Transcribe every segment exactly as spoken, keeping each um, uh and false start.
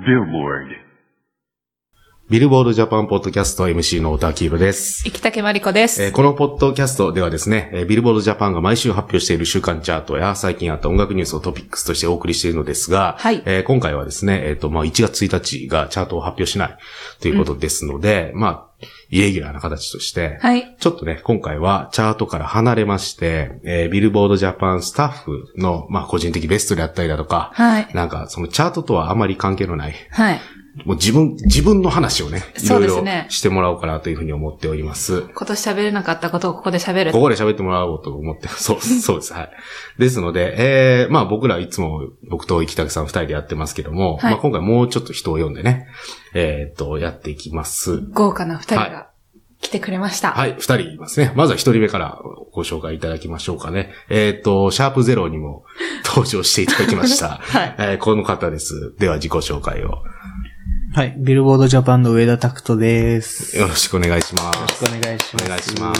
Billboard。 ビルボードジャパンポッドキャスト エムシー の太田明宏です。 生竹まりこです、 えー。このポッドキャストではですね、えー、ビルボードジャパンが毎週発表している週間チャートや最近あった音楽ニュースをトピックスとしてお送りしているのですが、 はい。 えー、今回はですね、えっと、まあ、いちがつついたちがチャートを発表しないということですので、うん、まあ、イレギュラーな形として、 はい。 ちょっとね、今回はチャートから離れまして、えー、ビルボードジャパンスタッフの、まあ、個人的ベストであったりだとか、 はい。 なんか、そのチャートとはあまり関係のない、 はい。 もう自分、自分の話をね、いろいろね、 してもらおうかなというふうに思っております。 今年喋れなかったことをここで喋る。 ここで喋ってもらおうと思って、そう、そうです。はい。ですので、えー、まあ僕らいつも、僕と生竹さん二人でやってますけども、はい、まあ今回もうちょっと人を呼んでね、えー、っと、やっていきます。 豪華な二人が来てくれました。 はい、二、はい、人いますね。まずは一人目からご紹介いただきましょうかね。えー、っと、シャープゼロにも登場していただきました。はい、えー。この方です。では自己紹介を。 はい。ビルボードジャパンの上田拓人です。 よろしくお願いします。 よろしくお願いします。 お願いします。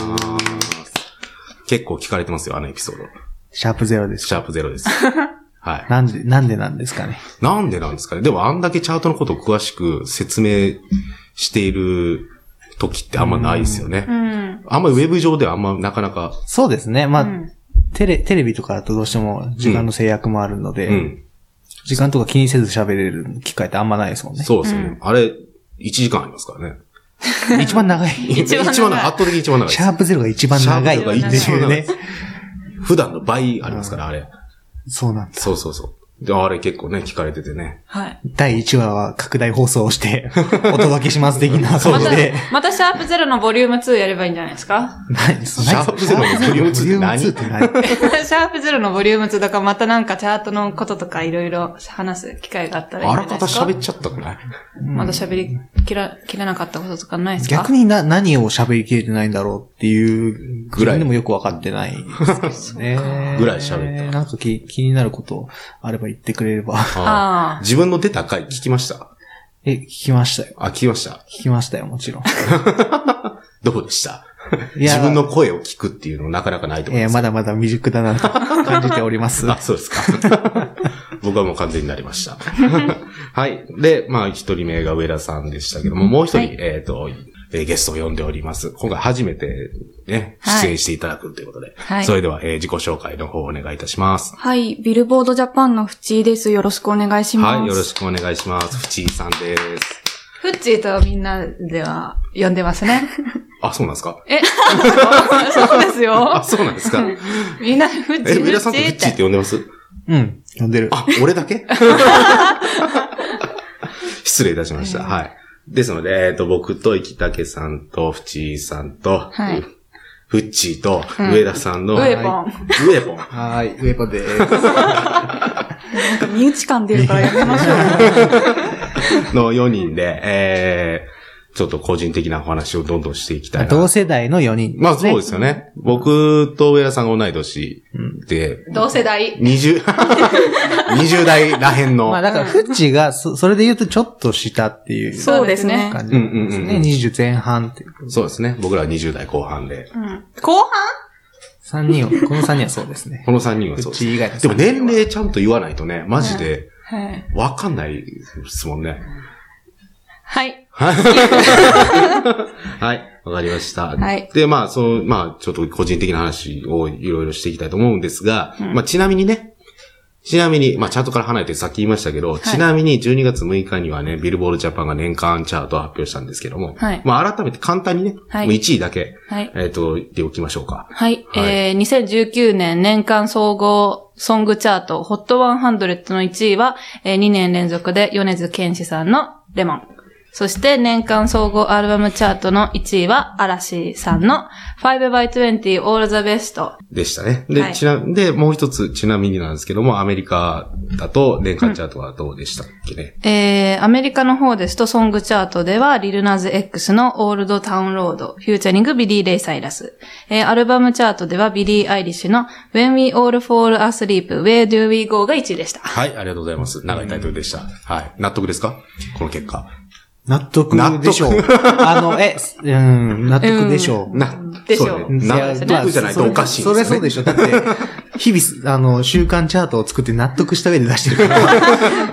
結構聞かれてますよ、あのエピソード。 シャープゼロです。 シャープゼロです。はい。 なんで、なんでなんですかね。 なんでなんですかね。でもあんだけチャートのことを詳しく説明している時ってあんまないですよね。うん。あんまりウェブ上ではあんまなかなか。 そうですね。まあ、うん、テレ、テレビとかだとどうしても時間の制約もあるので。うん。うん時間とか気にせず喋れる機会ってあんまないですもんね。 そうですよね。うん、あれ、いちじかんありますからね。 一番長い。 一番長い。圧倒的に一番長い。 シャープゼロが一番長い。シャープゼロが一番長い。ね、 普段の倍ありますから、あれ。 そうなんだ。 そうそうそう。で、あれ結構ね、聞かれててね。 はい。 だいいちわは拡大放送をしてお届けします的な感じで。また、またシャープゼロのボリュームツーやればいいんじゃないですか？ 何ですか？ シャープゼロのボリュームツーって何？ シャープゼロのボリュームツーだからまたなんかチャートのこととかいろいろ話す機会があったらいいんじゃないですか？ あらかた喋っちゃったくない？ まだ喋りきら、きれなかったこととかないですか？ 逆にな、何を喋りきれてないんだろうっていうぐらいでもよくわかってないですね。 ぐらい喋った。 なんか気、気になることあれば言ってくれれば。 ああ自分の出た回聞きました？ え、聞きましたよ。 あ、聞きました。 聞きましたよ、もちろん。 どうでした？自分の声を聞くっていうのなかなかないと思います。 えー、まだまだ未熟だなと感じております。 あ、そうですか。僕はもう完全になりました。はい。で、まあ、一人目が上田さんでしたけども、もう一人、はい、えっと、ゲストを呼んでおります。今回初めてね、出演していただくということで。はい。それでは、えー、自己紹介の方をお願いいたします。 はい。ビルボードジャパンのフチーです。よろしくお願いします。 はい。よろしくお願いします。フチーさんです。 フッチーとみんなでは呼んでますね。 あ、そうなんですか？ えそうですよ。 あ、そうなんですか？ みんなフッチー。 え、上田さんってフッチーって呼んでます？ うん。呼んでる。 あ、俺だけ失礼いたしました。はい。ですので、えっと、僕と生竹さんと、フチーさんと、はい、フッチーと、上田さんの、 うん、ウエポン。 ウエポン。 はい、ウエポンでーす。 なんか身内感出るからやめましょう。のよにんで、えー、ちょっと個人的なお話をどんどんしていきたいな。 同世代のよにん、 ね。まあそうですよね。僕と上田さんが同い年で。 うん、同世代。 にじゅう、にじゅう代らへんの。 まあだから、フッチがそ、それで言うとちょっと下っていう。 そうですね。 感じですね。うんうんうん、にじゅう前半っていう。 そうですね。僕らはにじゅう代後半で。 うん、後半 ? さんにんは、このさんにんはそうですね。 このさんにんはそうです。 フッチ以外のでも年齢ちゃんと言わないとね、マジで、わかんないですもんね。 はい。 はい。わかりました。 はい。 で、まあ、その、まあ、ちょっと個人的な話をいろいろしていきたいと思うんですが、うん、まあ、ちなみにね、ちなみに、まあ、チャートから離れてさっき言いましたけど、はい、ちなみにじゅうにがつむいかにはね、ビルボードジャパンが年間チャートを発表したんですけども、はい。まあ、改めて簡単にね、はい、いちいだけ、はい。えっと、言っておきましょうか。 はい。はい、えー、にせんじゅうきゅうねん年間総合ソングチャート、ホットひゃくのいちいは、えー、にねん連続で米津玄師さんのレモン。そして年間総合アルバムチャートのいちいは嵐さんの ファイブバイトゥエンティー All the Best でしたね。で、はい、ちな、で、もう一つちなみになんですけども、アメリカだと年間チャートはどうでしたっけね、 うん、えー、アメリカの方ですとソングチャートではリルナズ X の Old Town Road、フューチャリングビリー・レイ・サイラス。えー、アルバムチャートではビリー・アイリッシュの When We All Fall Asleep, Where Do We Go がいちいでした。 はい、ありがとうございます。長いタイトルでした。はい。納得ですか？この結果。 納得でしょう。あの、え、うん、納得でしょう。 な、 でしょうそうね納得じゃないとおかしいですよね。 それそうでしょ。だって、日々、あの、週間チャートを作って納得した上で出してるから、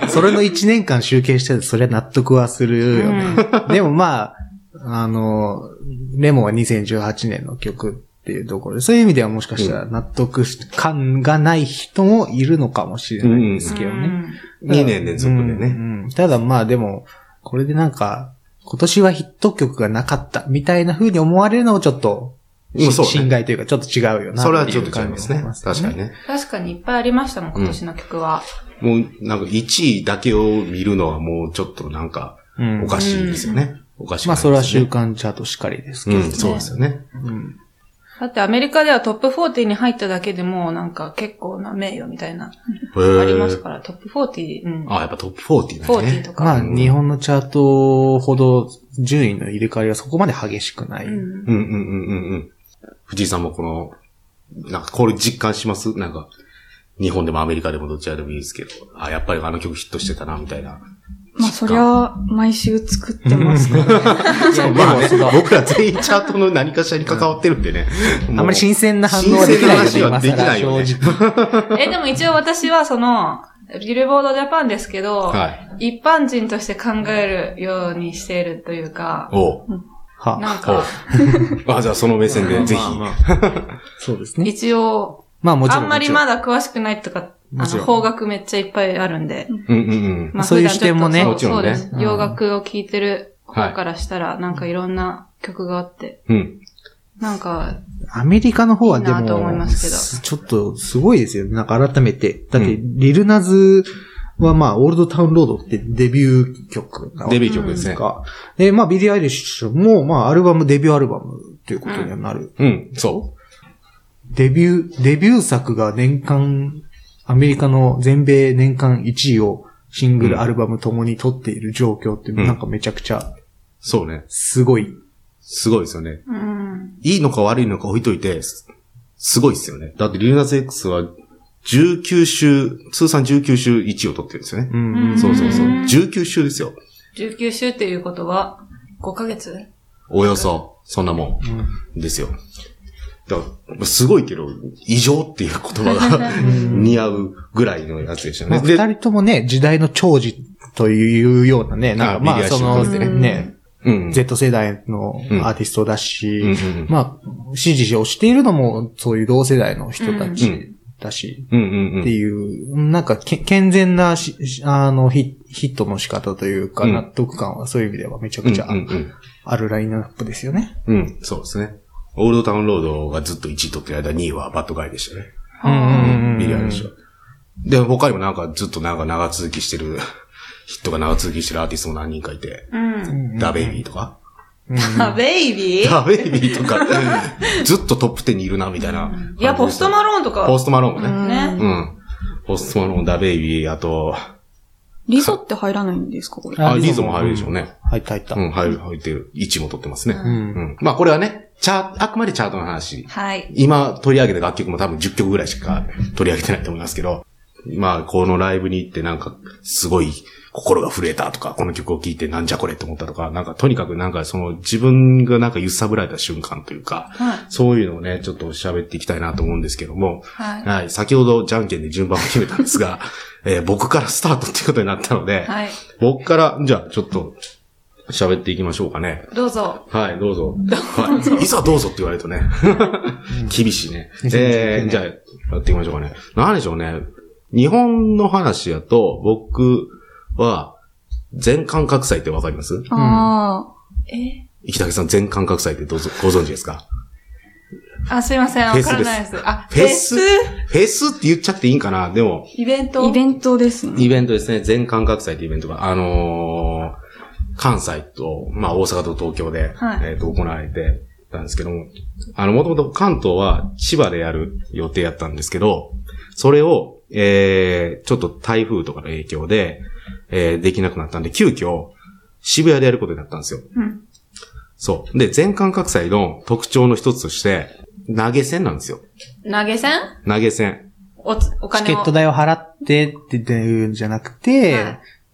それのいちねんかん集計してそれは納得はするよね。でもまあ、あの、レモンはにせんじゅうはちねんの曲っていうところで、そういう意味ではもしかしたら納得感がない人もいるのかもしれないんですけどね。 にねん連続でね。 うんうん、ただまあでも、これでなんか、今年はヒット曲がなかったみたいな風に思われるのもちょっと、 うんそうね侵害というかちょっと違うよな。 それはちょっと違いますね。確かにね。 確かにいっぱいありましたもん、今年の曲は。 もう、なんかいちいだけを見るのはもうちょっとなんか、おかしいですよね。おかしい。 まあそれは週間チャートしかりですけど。 うん、そうですよね。 うんだってアメリカではトップよんじゅうに入っただけでもなんか結構な名誉みたいな、ありますから、トップよんじゅう、うん。 あ、やっぱトップよんじゅうなんですね。 よんじゅうとか。 まあ日本のチャートほど順位の入れ替わりはそこまで激しくない。 うんうんうんうんうんうん。藤井さんもこの、なんかこれ実感しますなんか、日本でもアメリカでもどちらでもいいですけど、あ、やっぱりあの曲ヒットしてたな、みたいな。 まあそりゃ、毎週作ってますからね。 いや、 まあねでも、 僕ら全員チャートの何かしらに関わってるんでね。 あんまり新鮮な反応はできないよね。 新鮮な話はできないよね今更正直。 え、でも一応私はその、ビルボードジャパンですけど、 は一般人として考えるようにしているというか、 おう。 はなんか、 あ、じゃあその目線でぜひ。 まあまあまあそうですね。 一応、 まあもちろん。 あんまりまだ詳しくないとか、あの、 もちろん邦楽めっちゃいっぱいあるんで。 うんうんうん。 まあそういう視点もね普段もちろんねちょっとそうそうです。 うん洋楽を聴いてる方からしたら、なんかいろんな曲があって、 うん。 なんか、 アメリカの方はでも、 いいなと思いますけどすちょっとすごいですよね。なんか改めて。だって、リルナズはまあ、オールドタウンロードってデビュー曲なわけデビュー曲ですね。 か。で、まあ、ビリー・アイリッシュも、まあ、アルバム、デビューアルバムっていうことにはなる。 うん、そデビュー、デビュー作が年間、アメリカの全米年間いちいをシングル、アルバムともに取っている状況って、なんかめちゃくちゃ、 う。そうね。 すごい。 すごいですよね。 うん。 いいのか悪いのか置いといて、すすごいですよね。だってリルナス X はじゅうきゅう週、通算じゅうきゅう週いちいを取ってるんですよね。 うんうん。 そうそうそう。じゅうきゅう週ですよ。 じゅうきゅう週っていうことは、ごかげつおよそ、そんなもんですよ。だからすごいけど、異常っていう言葉が似合うぐらいのやつでしたまあ、 ね。で二人ともね、時代の寵児というようなね、なんかまあ、 あビリーアイリッシそのュにとってねね、 うん。 Z 世代のアーティストだし、 うんうんうんまあ、支持をしているのもそういう同世代の人たちだし、 うんうんうん。 っていう、なんかけ健全なしあのヒヒットの仕方というか、 うん納得感はそういう意味ではめちゃくちゃうんうんあるラインナップですよね。 うん。うん、そうですね。オールドタウンロードがずっといちい取ってる間、にいはバッドガイでしたね。 うんうんうんビリー・アイリッシュは。で、他にもなんかずっとなんか長続きしてる、ヒットが長続きしてるアーティストも何人かいて、 うん。 ダ・ベイビーとか、 あ、ベイビーダ・ベイビーとか、ずっとトップじゅうにいるな、みたいな。 いや、ポストマローンとか。 ポストマローンもね。 ね。 うん。ポストマローン、ダ・ベイビー、あと、 リゾって入らないんですかこれ。 あ、リゾも入るでしょうね。 入った入った。 うん、入る、入ってる。いちも取ってますね。 う。 うんん。まあこれはね、チャー、あくまでチャートの話。 はい。 今取り上げた楽曲も多分じゅっきょくぐらいしか取り上げてないと思いますけど、まあこのライブに行ってなんかすごい心が震えたとか、この曲を聴いてなんじゃこれって思ったとか、なんかとにかくなんかその自分がなんか揺さぶられた瞬間というか、 はい。 そういうのをね、ちょっと喋っていきたいなと思うんですけども、 はい。 はい。先ほどじゃんけんで順番を決めたんですが、えー僕からスタートっていうことになったので、 はい。 僕から、じゃあちょっと喋っていきましょうかね。 どうぞ。 はい、どうぞ。はい。いざどうぞって言われるとね、厳しいね。えー、じゃあ、やっていきましょうかね。何でしょうね。日本の話やと、僕は、全感覚祭ってわかります？ あえ生竹さん、全感覚祭ってどうぞご存知ですか？ あ、すいません。わフェスですからないです。あ、 フェスフェスって言っちゃっていいんかな？でも、 あ。 イベントイベントですね。 イベントですね。全感覚祭ってイベントが、あのー、関西と、まあ大阪と東京で、 はいえっ、と、行われてたんですけども、あの、もともと関東は千葉でやる予定やったんですけど、それを、えー、ちょっと台風とかの影響で、えー、できなくなったんで、急遽、渋谷でやることになったんですよ。 うん。 そう。で、全感覚祭の特徴の一つとして、投げ銭なんですよ。 投げ銭投げ銭。 おつ、おチ金を。 ケット代を払ってっていうんじゃなくて、 はい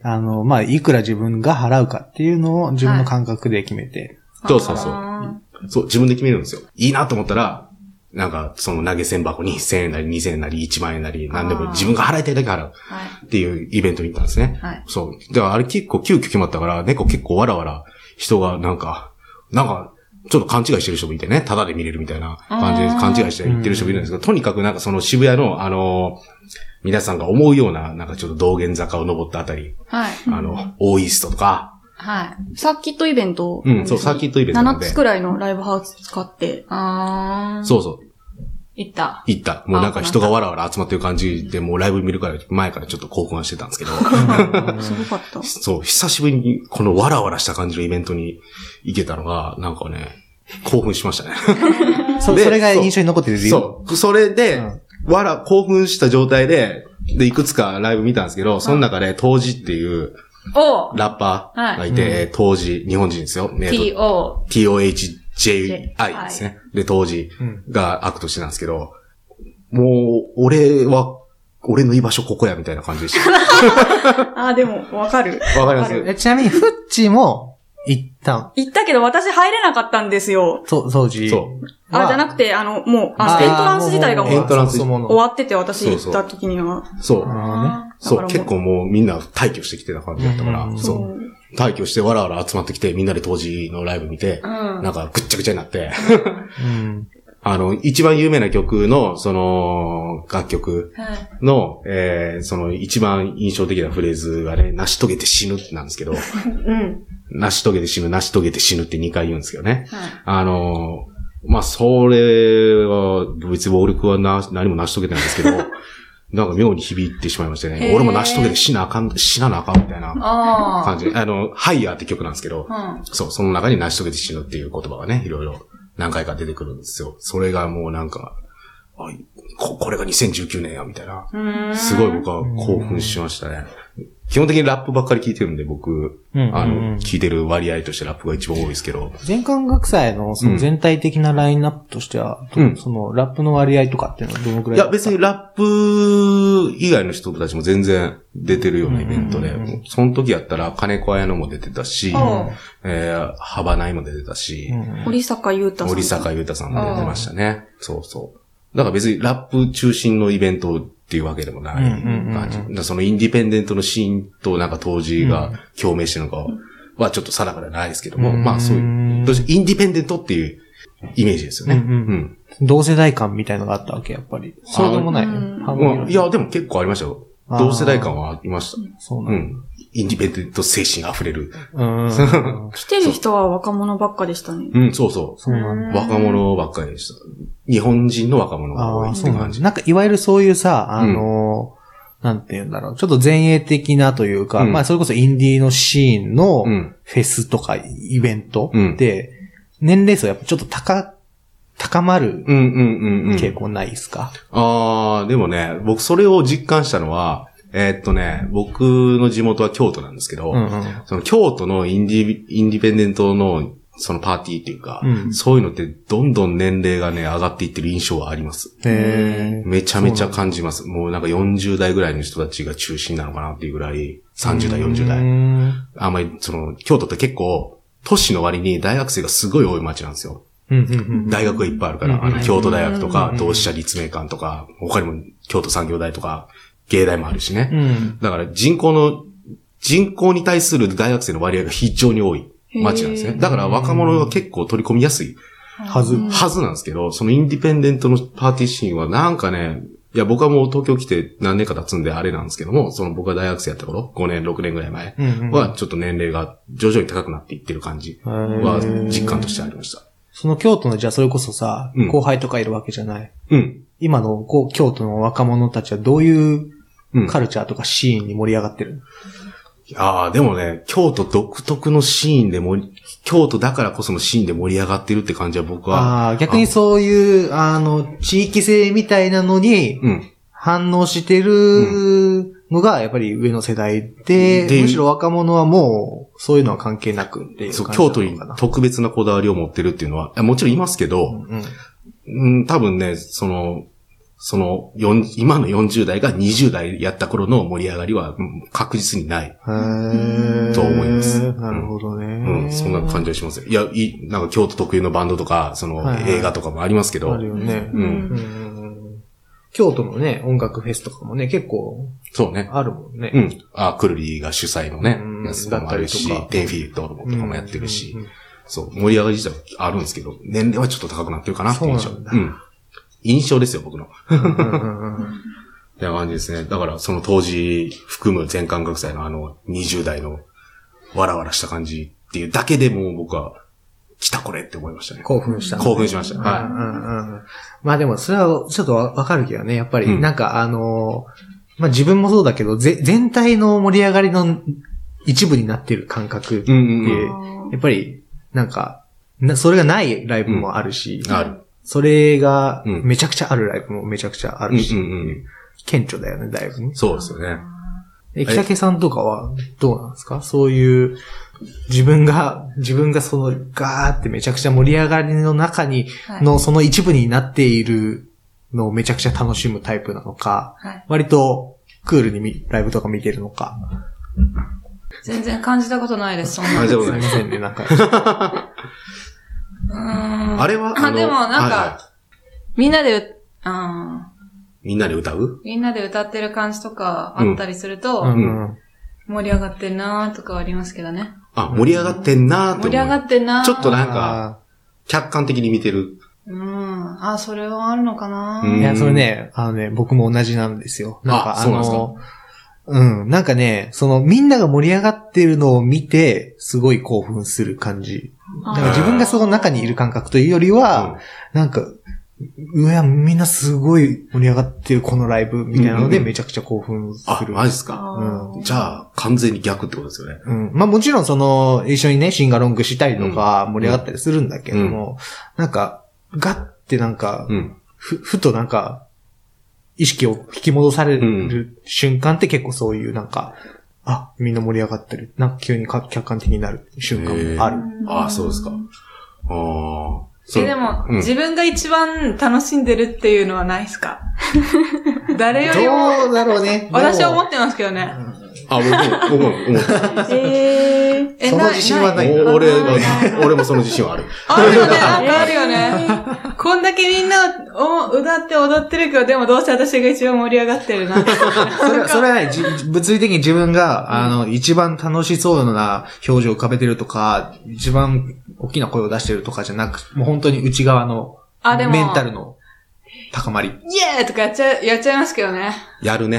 あの、まあ、いくら自分が払うかっていうのを自分の感覚で決めて。 そうそうそう。そう、自分で決めるんですよ。いいなと思ったら、なんか、その投げ銭箱にせんえんなりにせんえんなりいちまんえんなり、なんでも自分が払いたいだけ払うっていうイベントに行ったんですね。はい、そう。だからあれ結構急遽決まったから、猫結構わらわら人がなんか、なんか、ちょっと勘違いしてる人もいてね、タダで見れるみたいな感じで勘違いして言ってる人もいるんですけど、とにかくなんかその渋谷の、あの、皆さんが思うような、なんかちょっと道玄坂を登ったあたり、はい、あの、オーイーストとか、 はい。サーキットイベント。 うん、そう、サーキットイベントなんで。 ななつくらいのライブハウス使って。 あー。 そうそう。 行った。 行った。もうなんか人がわらわら集まってる感じで、もうライブ見るから、前からちょっと興奮はしてたんですけど。 すごかった。 そう、久しぶりにこのわらわらした感じのイベントに行けたのが、なんかね、興奮しましたね。 そ, それが印象に残ってる理由。 そう。それで、うん、わら、興奮した状態で、で、いくつかライブ見たんですけど、その中で、当時っていう、ラッパーがいて、はい、当時、日本人ですよ。ね、 ティーオー。 ティーオーエイチジェイアイ ですね。で、当時がアクトしてたんですけど、もう、俺は、俺の居場所ここや、みたいな感じでした。 あ、でも、わかる。 わかります。 ちなみに、フッチも、行ったん行ったけど、私入れなかったんですよ。 そう、当時。 そう。 あ、じゃなくて、あの、もう、あ、エントランス自体がもう、 エントランス終わってて、私行った時には。 そう。そう、結構もうみんな退去してきてた感じだったから、そう。退去してわらわら集まってきて、みんなで当時のライブ見て、なんかぐっちゃぐちゃになって、あの、一番有名な曲の、その、楽曲の、えー、その一番印象的なフレーズがね、成し遂げて死ぬってなんですけど、成し遂げて死ぬ、成し遂げて死ぬってにかい言うんですけどね。あの、まあ、それは、別に俺はな何も成し遂げてないんですけど、なんか妙に響いてしまいましてね。俺も成し遂げて死なあかん、死ななあかんみたいな感じ。あの、ハイヤーって曲なんですけど、うん、そう、その中に成し遂げて死ぬっていう言葉がね、いろいろ何回か出てくるんですよ。それがもうなんか、こ, これがにせんじゅうきゅうねんや、みたいな。すごい僕は興奮しましたね。基本的にラップばっかり聞いてるんで、僕、うんうんうん、あの、聞いてる割合としてラップが一番多いですけど。 全館学祭のその全体的なラインナップとしては、うん、そのラップの割合とかっていうのはどのくらい？ いや、別にラップ以外の人たちも全然出てるようなイベントで、うんうんうん、その時やったら金子綾乃も出てたし、うん、えー、幅ないも出てたし、 堀坂優太さん。 堀坂優太さんも出てましたね。そうそう。だから別にラップ中心のイベントっていうわけでもない感じ。うんうんうん、そのインディペンデントのシーンとなんか当時が共鳴してるのかはちょっと定かではないですけども、うん、まあそういう、インディペンデントっていうイメージですよね。うんうんうん、同世代感みたいなのがあったわけ、やっぱり。そうでもない、 ね。いや、でも結構ありましたよ。同世代感はありました。 そうなん、うん。 インディペンデント精神溢れる。 来てる人は若者ばっかでしたね。 うん、そうそう。そうなんだ。若者ばっかりでした。日本人の若者が多いって感じ。 なんか、いわゆるそういうさ、あの、うん、なんて言うんだろう。ちょっと前衛的なというか、うん、まあ、それこそインディーのシーンのフェスとかイベントで、年齢層やっぱちょっと高、高まる傾向ないですか？ ああ、でもね、僕それを実感したのは、えー、っとね、僕の地元は京都なんですけど、うんうん、その京都のインディ、インディペンデントのそのパーティーっていうか、うん、そういうのってどんどん年齢がね、上がっていってる印象はあります。へー。めちゃめちゃ感じます。もうなんかよんじゅう代ぐらいの人たちが中心なのかなっていうぐらい、さんじゅう代、よんじゅう代。あんまり、その、京都って結構、都市の割に大学生がすごい多い街なんですよ。大学がいっぱいあるから、あの、京都大学とか、同志社立命館とか、他にも京都産業大とか、芸大もあるしね。うん、だから人口の、人口に対する大学生の割合が非常に多い街なんですね。だから若者が結構取り込みやすいはず、はずなんですけど、そのインディペンデントのパーティーシーンはなんかね、いや僕はもう東京来て何年か経つんであれなんですけども、その僕が大学生やった頃、ごねん、ろくねんぐらい前はちょっと年齢が徐々に高くなっていってる感じは実感としてありました。 その京都のじゃあそれこそさ、うん、後輩とかいるわけじゃない。 うん。 今のこう京都の若者たちはどういうカルチャーとかシーンに盛り上がってる？ いやー、でもね、京都独特のシーンでも、京都だからこそのシーンで盛り上がってるって感じは僕は。 ああ、逆にそういう、あの、地域性みたいなのに、反応してるのが、やっぱり上の世代で、むしろ若者はもう、そういうのは関係なくっていう感じなのかな。 そう、京都に特別なこだわりを持ってるっていうのは、もちろんいますけど、うんうん、多分ね、その、 その、よん今のよんじゅう代がにじゅう代やった頃の盛り上がりはうん確実にない。 へーと思いますなるほどね。 うん、そんな感じがします。いや、いい、なんか京都特有のバンドとか、その、 はいはい映画とかもありますけど。 あるよね。 うん。 うん京都のね、音楽フェスとかもね、結構そうね。 あるもんね。 うん。あ、クルリーが主催のねうん、 やつもあるしだったりとか、 テンフィールドとかもやってるしうんうんうん、 そう、盛り上がり自体はあるんですけど、年齢はちょっと高くなってるかなっていう印象。 そうなんだうん。印象ですよ、僕の。 うんうんうんうんってな感じですね。だから、その当時含む全感覚祭のあの、にじゅう代のわらわらした感じっていうだけでもう僕は、来たこれって思いましたね。 興奮した、ね。 興奮しました。はい。 うんうんうんまあでも、それはちょっとわわかるけどね。やっぱり、 うんなんかあのーまあ自分もそうだけど、ぜ全体の盛り上がりの一部になっている感覚って、 うんうんうん。 やっぱり、なんか、なそれがないライブもあるし、 ある。 それがうんめちゃくちゃあるライブもめちゃくちゃあるし、 うんうんうん顕著だよね、だいぶね。 そうですよね。 え、北家さんとかはどうなんですか？そういう、自分が、自分がそのガーってめちゃくちゃ盛り上がりの中に、 はいのその一部になっているのをめちゃくちゃ楽しむタイプなのか、 はい割とクールにみライブとか見てるのか。 全然感じたことないです、そんな。 感じたことないすいませんね、なんか。 うーんあれはあ、 のでもなんはいはか、みんなでう、あーみんなで歌うみんなで歌ってる感じとかあったりすると、 うん盛り上がってんなーとかはありますけどね。 あ、盛り上がってんなーって思う。 盛り上がってんなー。 ちょっとなんか、客観的に見てる。 うん。あ、それはあるのかなうんいや、それね、あのね、僕も同じなんですよ。なんか、ああそうなんですかの、うん、なんかね、その、みんなが盛り上がってるのを見て、すごい興奮する感じ。だから自分がその中にいる感覚というよりは、なんか、うわ、みんなすごい盛り上がってるこのライブみたいなのでうんうんめちゃくちゃ興奮すあ、 る。 マジっすか。 うんじゃあ、完全に逆ってことですよね。 うん。まあもちろんその、一緒にね、シンガロングしたりとか盛り上がったりするんだけども、なんか、ガッてなんか、 うん。 ふ、ふとなんか、意識を引き戻される瞬間って結構そういうなんか、あ、みんな盛り上がってる。なんか急にか客観的になる瞬間もある。 ああ、そうですか。ああ。そえ、 うでも、 うん自分が一番楽しんでるっていうのはないですか？誰よりも、 どうだろうね。 私は思っってますけどね。 あ、僕も、僕も思った。 えー、えその自信はないお俺が、俺もその自信はある。 あるよね、なんかあるよね。こんだけみんなお歌って踊ってるけど、でもどうせ私が一番盛り上がってるなって。 それそれはね、じ物理的に自分が、あの、一番楽しそうな表情を浮かべてるとか、一番大きな声を出してるとかじゃなく、もう本当に内側のあ、でも、 メンタルの高まり。 イエーイとかやっちゃ、やっちゃいますけどね。 やるね。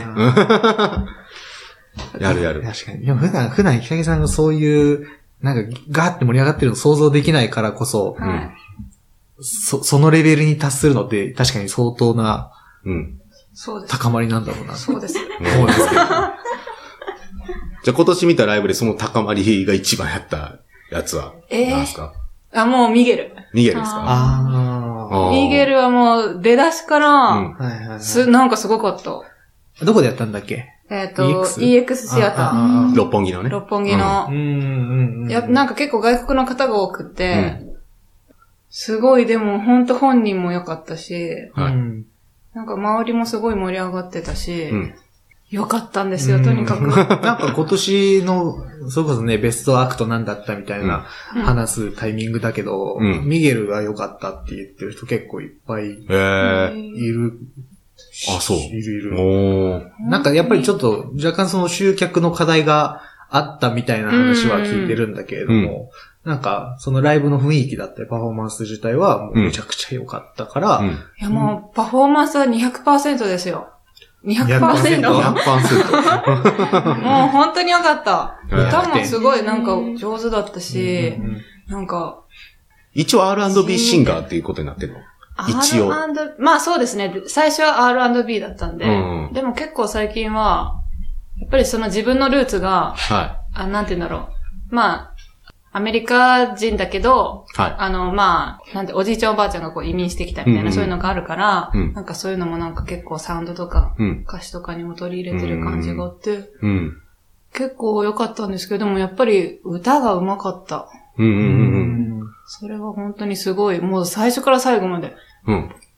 やるやる。 確かに。でも普段、普段、ひかげさんがそういう、なんか、ガーって盛り上がってるの想像できないからこそ、 はい。 そ、そのレベルに達するのって、確かに相当なうん。 そうです。 高まりなんだろうな。 そうです。 思いますけど。 じゃあ今年見たライブでその高まりが一番やったやつは、 えー何ですか？ あ、もうミゲル。 ミゲルですか？ ああーミゲルはもう出だしから、 うんあ。はいはいはい。 す、なんかすごかった。 どこでやったんだっけえっ、と、 イーエックスイーエックス シアター。 あ六本木のね。 六本木のう。んうんうん。 や、なんか結構外国の方が多くて、すごいでも本当本人も良かったし、 はいうんなんか周りもすごい盛り上がってたし、 うん。 良かったんですよ、とにかく。 なんか今年の、それこそね、ベストアクトなんだったみたいなうん話すタイミングだけど、 うんミゲルが良かったって言ってる人結構いっぱいいへえ。 る。 あそういるいる。 おー。 なんかやっぱりちょっと若干その集客の課題があったみたいな話は聞いてるんだけれども、なんかそのライブの雰囲気だったりパフォーマンス自体はもうめちゃくちゃ良かったから、 うん。 いやもう、パフォーマンスはにひゃくパーセントですよ。にひゃくパーセント? ひゃくパーセント。 もう本当に良かった。 へー歌もすごいなんか上手だったし、 うんうんなんか、 一応 アールアンドビー シンガーっていうことになってるの？一応アールアンド、まあそうですね。最初は アールアンドビー だったんで、 うんでも結構最近は、やっぱりその自分のルーツが、 はあ、なんて言うんだろう。まあ、アメリカ人だけど、 い。はい。 あの、まあ、なんて、おじいちゃんおばあちゃんがこう移民してきたみたいな、 うんうんそういうのがあるから、 うんなんかそういうのもなんか結構サウンドとか、 うん。 歌詞とかにも取り入れてる感じがあって、 うん。 結構良かったんですけど、でもやっぱり歌が上手かった。 うんうんうんそれは本当にすごい、もう最初から最後まで、 うん。うん。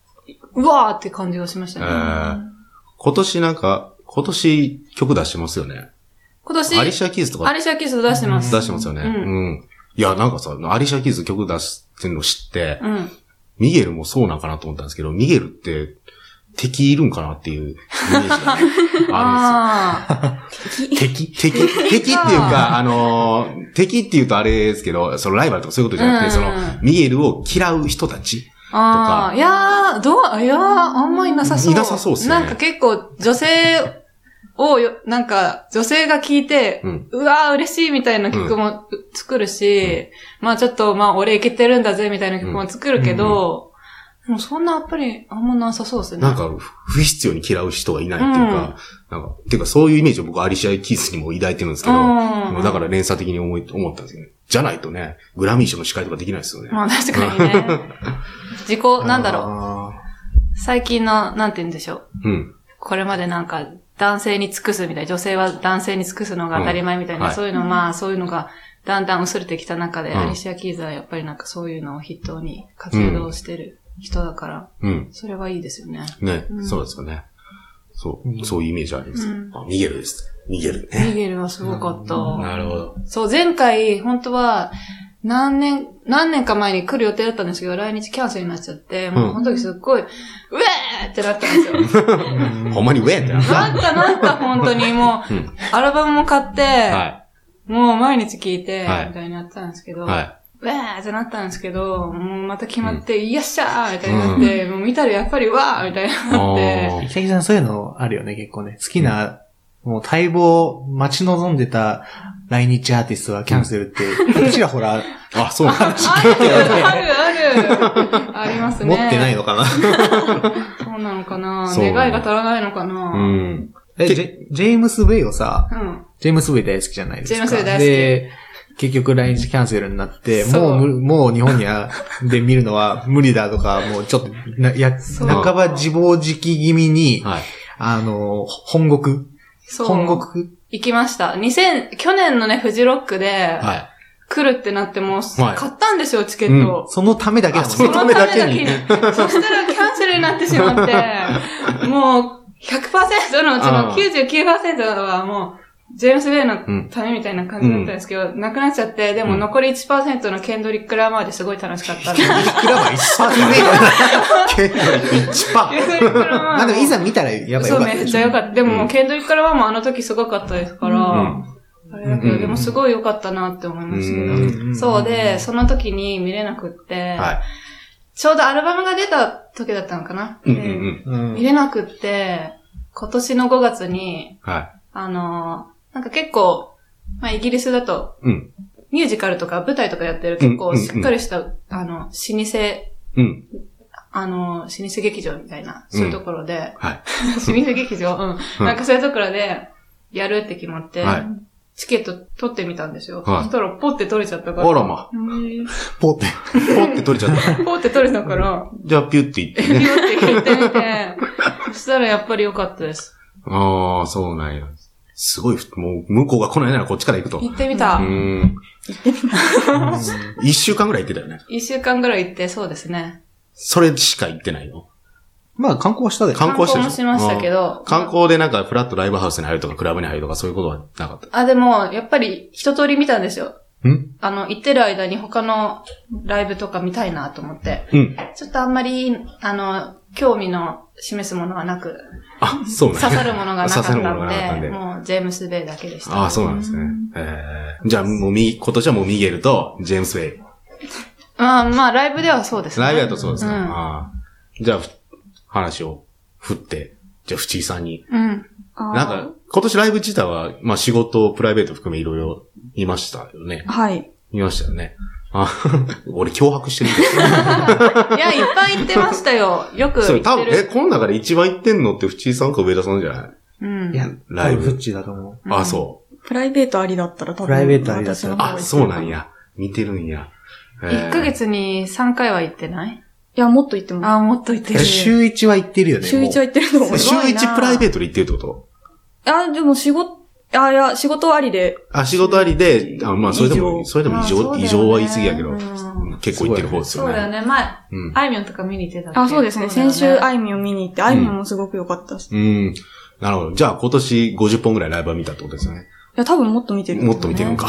うわーって感じがしましたね。 えー、今年なんか、今年曲出してますよね。 今年、 アリシャキーズとか。 アリシャキーズ出してます。 出してますよね。うん。うん、いや、なんかさ、アリシャキーズ曲出してんの知って、うん、ミゲルもそうなんかなと思ったんですけど、ミゲルって、敵いるんかなっていうイメージが、ね、あるんですよ。敵敵敵っていうか、あのー、敵っていうとあれですけど、そのライバルとかそういうことじゃなくて、うん、その、ミゲルを嫌う人たちとか。ああ、いやー、どう、いやー、あんまいなさそう。 いなさそうですね。 なんか結構、女性をよ、なんか、女性が聞いて、うん、うわー、嬉しいみたいな曲も作るし、うん、まあちょっと、まあ俺いけてるんだぜみたいな曲も作るけど、うんうんもうそんなやっぱりあんまなさそうですね。 なんか不必要に嫌う人がいないっていうか、うん、なんか、っていうかそういうイメージを僕アリシャ・キースにも抱いてるんですけど、うん、だから連鎖的に思い、思ったんですよね。じゃないとね、グラミー賞の司会とかできないですよね。 まあ確かにね。自己、なんだろう。最近の、なんて言うんでしょう。うん。これまでなんか男性に尽くすみたいな、女性は男性に尽くすのが当たり前みたいな、うんはい、そういうの、まあそういうのがだんだん薄れてきた中で、うん、アリシャ・キーズはやっぱりなんかそういうのを筆頭に活動してる。うん人だから、うん。それはいいですよね。 ね、うん、そうですよね。そう、うん、そういうイメージあります。うん、あ、ミゲルです。ミゲルね。 ミゲルはすごかった。 うん、なるほど。 そう、前回、本当は、何年、何年か前に来る予定だったんですけど、来日キャンセルになっちゃって、もうこの時すっごい、うん、ウェーってなったんですよ。 ほんまにウェーってなった。 なったなった、本当に。もう、うん、アルバムも買って、はい、もう毎日聴いて、はい、みたいになったんですけど、はいウェーってなったんですけど、もうまた決まって、うん、よっしゃーみたいになって、うん、もう見たらやっぱりわーみたいになって。 ひさきさんそういうのあるよね、結構ね。好きな、うん、もう待望、待ち望んでた来日アーティストはキャンセルって、ちらほら、 あ、そうなんですある、ある、ある。ありますね。 持ってないのかなそうなのかな願いが足らないのかなうん。 え、ジェ、ジェームス・ウェイをさ、うん、ジェームス・ウェイ大好きじゃないですか。 ジェームス・ウェイ大好き。で結局来日キャンセルになって、もう、もう日本には、で見るのは無理だとか、もうちょっと、な、や、半ば自暴自棄気味に、はい、あの、本国本国行きました。にせん、去年のね、フジロックで、はい、来るってなっても、はい、買ったんですよ、チケット。 うん、そのためだけだもんね。 そのためだけに。そしたらキャンセルになってしまって、もう、ひゃくパーセント のうちの きゅうじゅうきゅうパーセント はもう、ジェームス・ウェイのためみたいな感じだったんですけど、うん、なくなっちゃって、でも残り いちパーセント のケンドリック・ラマーですごい楽しかったんで。 ケンドリック・ラマー いちパーセント? ケンドリック いちパーセント? ケンドリック・ラマー。まあでもいざ見たらやっぱりよかった。 そうめっちゃよかった。でも、うん、ケンドリック・ラマーもあの時すごかったですから、うん、あれだけど、でもすごい良かったなって思いましたけど、うん、そうで、その時に見れなくって、はい、ちょうどアルバムが出た時だったのかな、うんうんうん、見れなくって、今年のごがつに、はい、あの、なんか結構、まあイギリスだと、うん、ミュージカルとか舞台とかやってる結構しっかりした、うんうんうん、あの、老舗、うん、あの、老舗劇場みたいな、そういうところで、うん、はい、老舗劇場、うん、うん、なんかそういうところでやるって決まって、はい、チケット取ってみたんですよ。はい、そしたらポって取れちゃったから。 あらま。ポって、ポって取れちゃった。 ポって取れたから。 じゃあピュって言ってね。ピュって言ってみて、そしたらやっぱり良かったです。 ああ、そうなんや。すごい、もう、向こうが来ないならこっちから行くと。 行ってみた。うん。行ってみた。 一週間ぐらい行ってたよね。 一週間ぐらい行って、そうですね。 それしか行ってないの？ まあ、観光はしたで。 観光したでしょ。観光もしましたけど。 観光でなんか、フラットライブハウスに入るとか、クラブに入るとか、そういうことはなかった？ あ、でも、やっぱり、一通り見たんですよ。んあの、行ってる間に他のライブとか見たいなと思って。うん。ちょっとあんまり、あの、興味の示すものはなく。 あ、そうなん刺さるものがなかったので、もうジェームス・ベイだけでした。 ああ、そうなんですね。えー、じゃあ、もうみ、今年はもうミゲルとジェームス・ベイ。 まあ、まあ、ライブではそうですね。 ライブだとそうですね。うん、あじゃあ、話を振って、じゃあ、藤井さんに。うん。なんか、今年ライブ自体は、まあ仕事、プライベート含めいろいろ見ましたよね。 はい。 見ましたよね。あ俺脅迫してるんですよ。 いや、いっぱい行ってましたよ。よく行ってる。それ多分、え、この中で一番行ってんのって藤井さんか上田さんじゃない？ うん。いや、ライブ。藤井だと思う。 あ、そう。 プライベートありだったら多分。 プライベートありだったら。 あ、そうなんや。見てるんや。 いっかげつにさんかいは行ってない？ いや、もっと行ってます。あ、もっと行ってる。 週いちは行ってるよね。 週いちは行ってると思う。 週いちプライベートで行ってるってこと？ あ、でも仕事、 あ、いや、仕事ありで。 あ、仕事ありで、あまあ、それでも、それでも異常、異常は言い過ぎやけど、 うん、 結構行ってる方ですよね。 そうだよね。前、 うん、 あいみょんとか見に行ってたっけ。 あ、そうですね。先週あいみょん見に行って、あいみょんもすごく良かったです。 うん。うん。なるほど。じゃあ今年ごじゅっぽんぐらいライブは見たってことですよね。 いや、多分もっと見てる。 もっと見てるんか。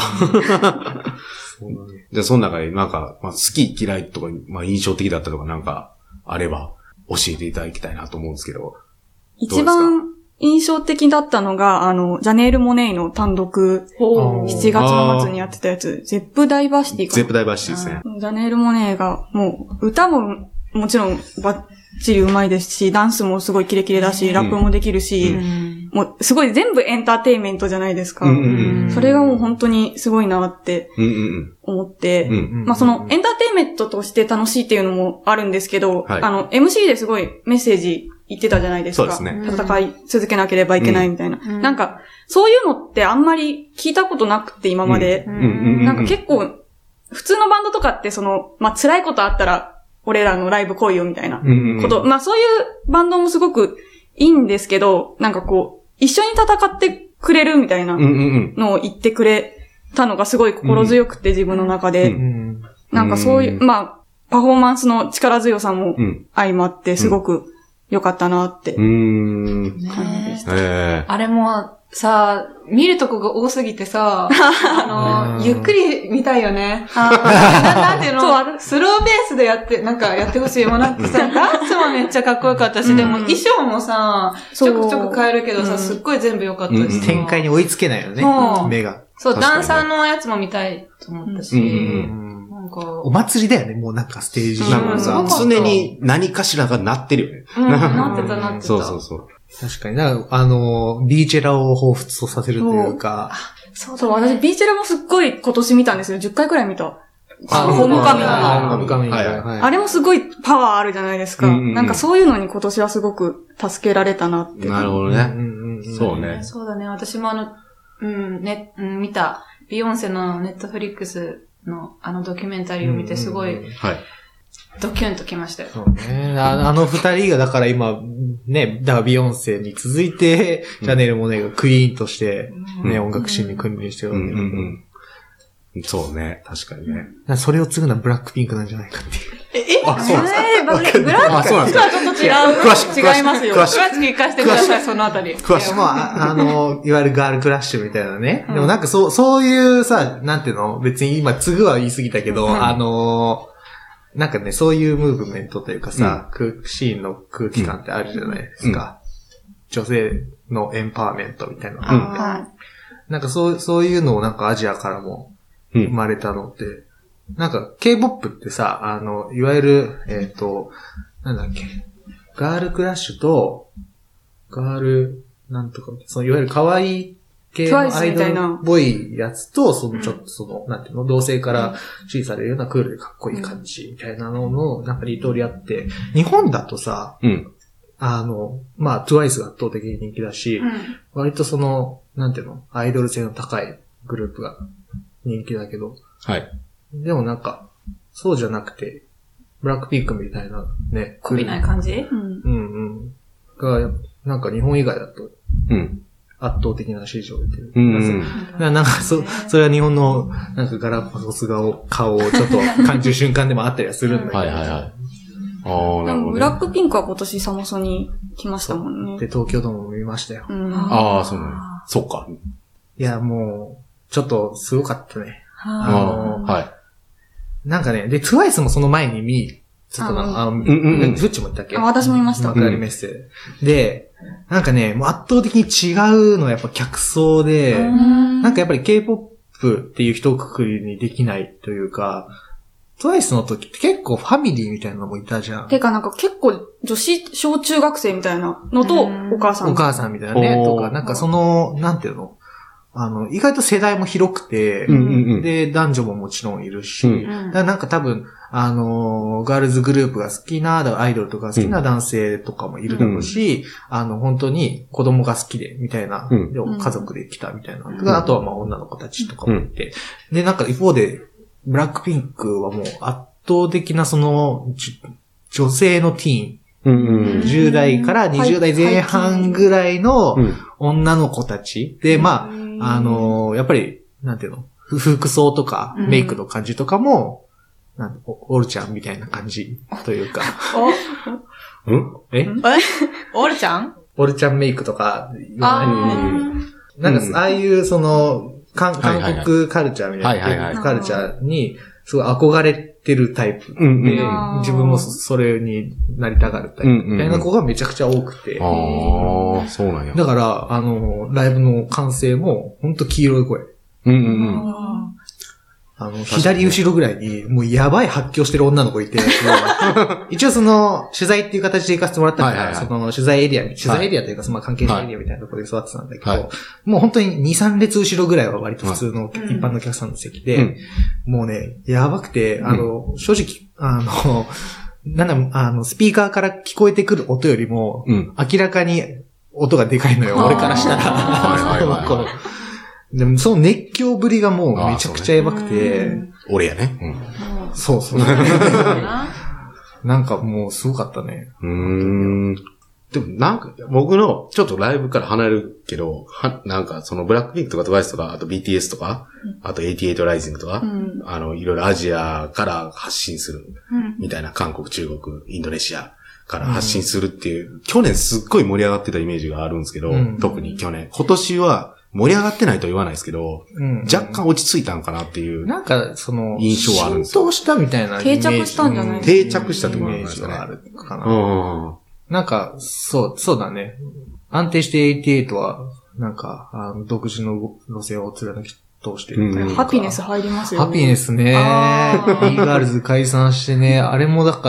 じゃあその中でなんか、まあ、好き嫌いとか、まあ印象的だったとかなんかあれば教えていただきたいなと思うんですけど。 一番印象的だったのが、あの、ジャネール・モネイの単独、しちがつの末にやってたやつ、ゼップダイバーシティかな。 ゼップダイバーシティですね。 ジャネール・モネイが、もう、歌ももちろんバッチリ上手いですし、ダンスもすごいキレキレだし、ラップもできるし、うん、もうすごい全部エンターテインメントじゃないですか。うんうんうん、それがもう本当にすごいなって思って、うんうん、まあそのエンターテインメントとして楽しいっていうのもあるんですけど、はい、あの エムシー ですごいメッセージ言ってたじゃないですか。 そうですね。 戦い続けなければいけないみたいな。うん、なんか、そういうのってあんまり聞いたことなくて今まで。うん、なんか結構、普通のバンドとかってその、まあ辛いことあったら、俺らのライブ来いよみたいなこと。うんうん、まあそういうバンドもすごくいいんですけど、なんかこう、一緒に戦ってくれるみたいなのを言ってくれたのがすごい心強くて、自分の中で。なんかそういう、まあ、パフォーマンスの力強さも相まってすごく良かったなって感じでした。 ね、あれもさ、見るとこが多すぎてさ、あの、ゆっくり見たいよね。な, なんていうのそうスローベースでやって、なんかやってほしい。もうなんかさ、ダンスもめっちゃかっこよかったし、うん、でも衣装もさ、ちょくちょく変えるけどさ、すっごい全部良かったし、うん、 展開に追いつけないよね、うん、目が。 そう、ダンサーのやつも見たいと思ったし、うんうんなんかお祭りだよね、もうなんかステージ上がさ、常に何かしらがなってるよね。 うん、なってたなってた。 そうそうそう。 確かに。だから、あの、ビーチェラを彷彿とさせるというか。 そうそう、私ビーチェラもすっごい今年見たんですよ。じゅっかいくらい見た。あの、ホームカミング。ホームカミング。 あれもすごいパワーあるじゃないですか。うんうん、なんかそういうのに今年はすごく助けられたなって。 なるほどね。うんうん、そうね。 そうだね。私もあの、うん、ね、うん、見た。ビヨンセのネットフリックスのあのドキュメンタリーを見てすごい、うんうん、はい。ドキュンときましたよ。 そうね。あ, あの二人がだから今、ね、だからビヨンセに続いて、うん、ジャネル・モネがクイーンとして、ね、うん、音楽シーンに君臨してるわけだけど、うんうんうん。そうね。確かにね。 それを継ぐのはブラックピンクなんじゃないかっていう。 え、 あ、そうなんですか。 えー、ブラックピンクはちょっと違う。 詳しく、 違いますよ。詳しく聞かせてください、そのあたり。 詳しく。 まあ、あの、いわゆるガールクラッシュみたいなね。うん、でもなんかそう、そういうさ、なんていうの別に今、継ぐは言い過ぎたけど、うん、あの、なんかね、そういうムーブメントというかさ、うん、シーンの空気感ってあるじゃないですか。うん、女性のエンパワーメントみたいな、うん。なんかそう、そういうのをなんかアジアからも生まれたのって、うん、なんか K-ポップ ってさ、あの、いわゆる、えっと、なんだっけ、ガールクラッシュと、ガール、なんとか、そのいわゆる可愛い系のアイドルっぽいやつと、そのちょっとその、なんていうの、同性から支持されるようなクールでかっこいい感じみたいなのの、なんか二通りあって、日本だとさ、うん、あの、まあ、トゥワイスが圧倒的に人気だし、うん、割とその、なんていうの、アイドル性の高いグループが人気だけど、 はい。 でもなんか、そうじゃなくて、ブラックピンクみたいなね。 こびない感じうん。うんうん。が、なんか日本以外だと、うん。圧倒的な支持を得てる。うん、うん。なんか、そ、それは日本の、なんかガラパゴス顔、顔をちょっと感じる瞬間でもあったりはするんだけど。 はいはいはい。ああ、なるほど、ね。 ブラックピンクは今年サマソに来ましたもんね。 で、東京ドームも見ましたよ。 うん、 ああ、そうね。そっか。 いや、もう、ちょっとすごかったね。 あのー、はい。 なんかね、で、トゥワイスもその前に見、ちょっとな、あの、うんうん、フッチも言ったっけ？ あ、私も見ました。 幕張メッセ。で、なんかね、もう圧倒的に違うのはやっぱ客層で、なんかやっぱり K-ポップ っていう一括りにできないというか、トゥワイスの時って結構ファミリーみたいなのもいたじゃん。 てかなんか結構女子小中学生みたいなのとお母さん。 お母さんみたいなね、とか、なんかその、なんていうのあの、意外と世代も広くて、うんうんうん、で、男女ももちろんいるし、うん、だからなんか多分、あの、ガールズグループが好きな、アイドルとか好きな男性とかもいるだろうし、うん、あの、本当に子供が好きで、みたいな、うん、でも家族で来たみたいな、うん、あとはまあ女の子たちとかもいて、うん、で、なんか一方で、ブラックピンクはもう圧倒的なその、女性のティーン、うんうん、じゅう代からにじゅう代前半ぐらいの女の子たち、で、まあ、 あの、やっぱり、なんていうの、服装とか、メイクの感じとかも、うん、なんオルちゃんみたいな感じというか。 おんえオルちゃんオルちゃんメイクとか、 あなんか、ああいう、その、韓国カルチャーみたいな、 はいはいはい、 カルチャーに、すごい憧れてるタイプで、 うんうん、 自分もそれになりたがるタイプみたいな子がめちゃくちゃ多くて。 うんうんうん、ああ、そうなんや。 だから、あの、ライブの完成も、ほんと黄色い声。 うんうんうん。 あの、左後ろぐらいに、もうやばい発狂してる女の子いて、一応その、取材っていう形で行かせてもらったから、はいはいはい、その、取材エリアに、取材エリアというか、はい、まあ関係ないエリアみたいなところで座ってたんだけど、はい、もう本当にに、さん列後ろぐらいは割と普通の、一般のお客さんの席で、うん、もうね、やばくて、あの、うん、正直、あの、なんだ、あの、スピーカーから聞こえてくる音よりも、うん、明らかに音がでかいのよ、俺からしたら。はいはいはいはいでも、その熱狂ぶりがもうめちゃくちゃやばくて。 ね、俺やね。 うん、そうそう。なんかもうすごかったね。 うーん。でもなんか、僕の、ちょっとライブから離れるけど、は、なんかそのブラックピンクとかトワイスとか、あと ビーティーエス とか、うん、あとはちじゅうはちライジングとか、うん、あの、いろいろアジアから発信する、みたいな、韓国、中国、インドネシアから発信するっていう、うん、去年すっごい盛り上がってたイメージがあるんですけど、うん、特に去年。今年は、盛り上がってないとは言わないですけど、うん、若干落ち着いたんかなっていう。 なんか、その、 印象はあるんですよ。 浸透したみたいなイメージ。 定着したんじゃないですか、 定着したってことなんですかね。 あるかな。うん、なんか、そう、そうだね。安定してはちじゅうはちは、なんか、あの独自の路線を貫き通してる、 うん。ハピネス入りますよね。 ハピネスね。イーガールズ解散してね、あれもだから、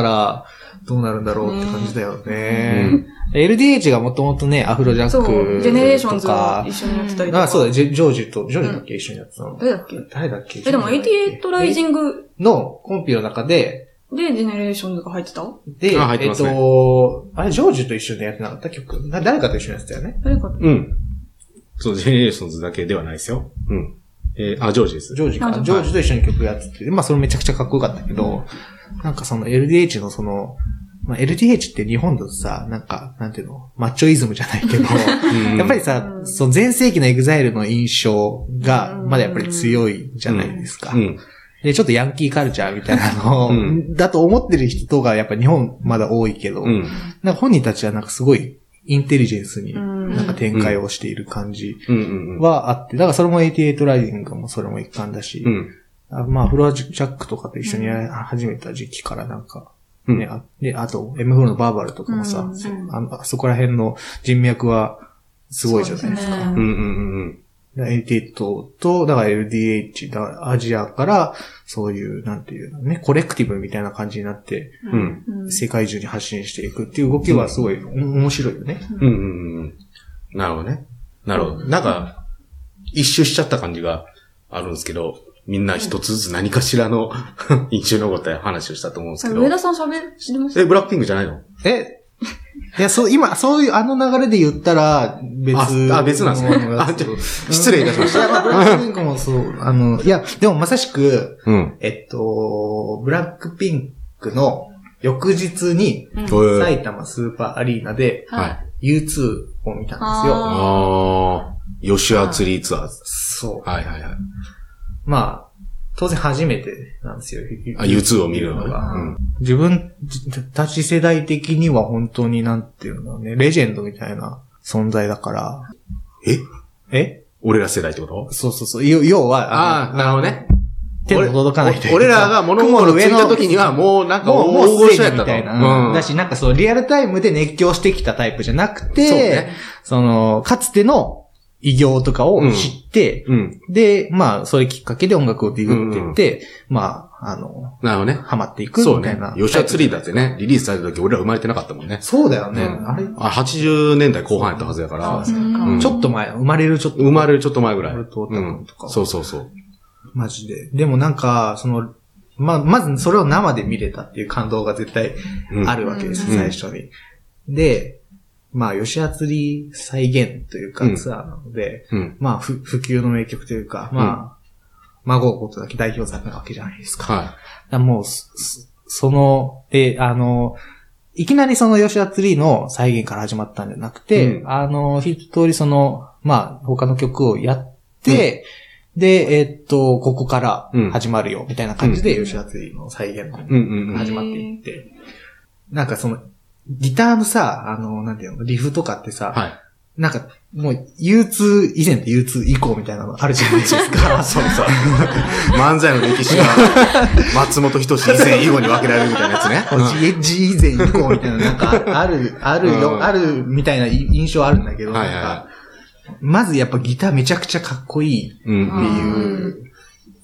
どうなるんだろうって感じだよね。うん、エルディーエイチ がもともとね、アフロジャックとか。そう、 ジェネレーションズが一緒にやってたりとか。 あ、そうだ、ジョージと、ジョージだっけ、うん、一緒にやってたの。 誰だっけ誰だっけえ、でもはちじゅうはちライジングのコンピの中で、 で、ジェネレーションズが入ってたで、 あ、入ってますね、 えっと、あれ、ジョージと一緒にやってなかった曲誰かと一緒にやってたよね。 誰かとうん。そう、ジェネレーションズだけではないですよ。うん。えー、あ、ジョージです。 ジョージか。ジョージと一緒に曲やってて、まあそれめちゃくちゃかっこよかったけど、なんかその エルディーエイチ のその、まあ、エルディーエイチ って日本だとさ、なんか、なんていうの、マッチョイズムじゃないけど、やっぱりさ、その前世紀のエグザイルの印象が、まだやっぱり強いじゃないですか。うんうん、で、ちょっとヤンキーカルチャーみたいなのを、うん、だと思ってる人がやっぱ日本まだ多いけど、うん、なんか本人たちはなんかすごいインテリジェンスになんか展開をしている感じはあって、だからそれもはちじゅうはちライジングもそれも一環だし、うん、まあ、フロアジャックとかと一緒にやり始めた時期からなんか、ね、あで、あと、エムフローのバーバルとかもさ、うんうん、あの、あそこら辺の人脈はすごいじゃないですか。うんうんうんうん。エイティーエイトと、だから エルディーエイチ、だからアジアから、そういう、なんていうのね、コレクティブみたいな感じになって、うん、世界中に発信していくっていう動きはすごい、うん、面白いよね。 うんうんうん。なるほどね。なるほど。なんか、一周しちゃった感じがあるんですけど、みんな一つずつ何かしらの印象に残った話をしたと思うんですけど。 上田さん喋ってました？ え、ブラックピンクじゃないの？ えいや、そう、今、そういう、あの流れで言ったら、別。 あ、あ別なんですね。あ、ちょっと、失礼いたしました。いや、 ブラックピンクもそう、あの、いや、でもまさしく、うん、えっと、ブラックピンクの翌日に、うん、埼玉スーパーアリーナで、はい、ユーツー を見たんですよ。 ああ、吉アツリーツアーズ。 そう。 はいはいはい。 まあ、当然初めてなんですよ。 あ、ユーツー を見るのが、うん。 自分たち世代的には本当になんていうのね、レジェンドみたいな存在だから。 ええ俺ら世代ってこと？ そうそうそう。要は、 ああ、なるほどね。 手の届かないというか。 俺らが物心ついた時にはもうなんか大御所やったみたいな。うん。だし、なんかそう、リアルタイムで熱狂してきたタイプじゃなくて、そうね、その、かつての偉業とかを知って、うん、で、まあ、そういうきっかけで音楽をディグっていって、うんうん、まあ、あの、 なるほどね。 ハマっていくみたいな。 そうね。吉田ツリーだってね、リリースされた時俺ら生まれてなかったもんね。 そうだよね。うん、あれあ、はちじゅうねんだいこう半やったはずやから。 うん、ちょっと前、生まれるちょっと前。 生まれるちょっと前ぐらい。俺と君とか、 うん。そうそうそう。 マジで。でもなんか、その、まあ、まずそれを生で見れたっていう感動が絶対あるわけです、うん、最初に。で、まあ、吉厚り再現というかツアーなので、うん、まあ、普及の名曲というか、まあ、うん、孫ことだけ代表作なわけじゃないですか。はい。だもう、その、で、あの、いきなりその吉厚りの再現から始まったんじゃなくて、うん、あの、一通りその、まあ、他の曲をやって、うん、で、えー、っと、ここから始まるよ、みたいな感じで、吉田敦の再現が始まっていって、なんかその、ギターのさ、あの、なんていうの、リフとかってさ、はい、なんか、もう、ユーツー 以前とユーツー 以降みたいなのあるじゃないですか。 そうそう。漫才の歴史が、松本人志以前以後に分けられるみたいなやつね。 ジエッジ以前以降みたいな、なんか、ある、あるよ、うん、あるみたいな印象あるんだけど、はいはい、なんか、まずやっぱギターめちゃくちゃかっこいいっていう、うん、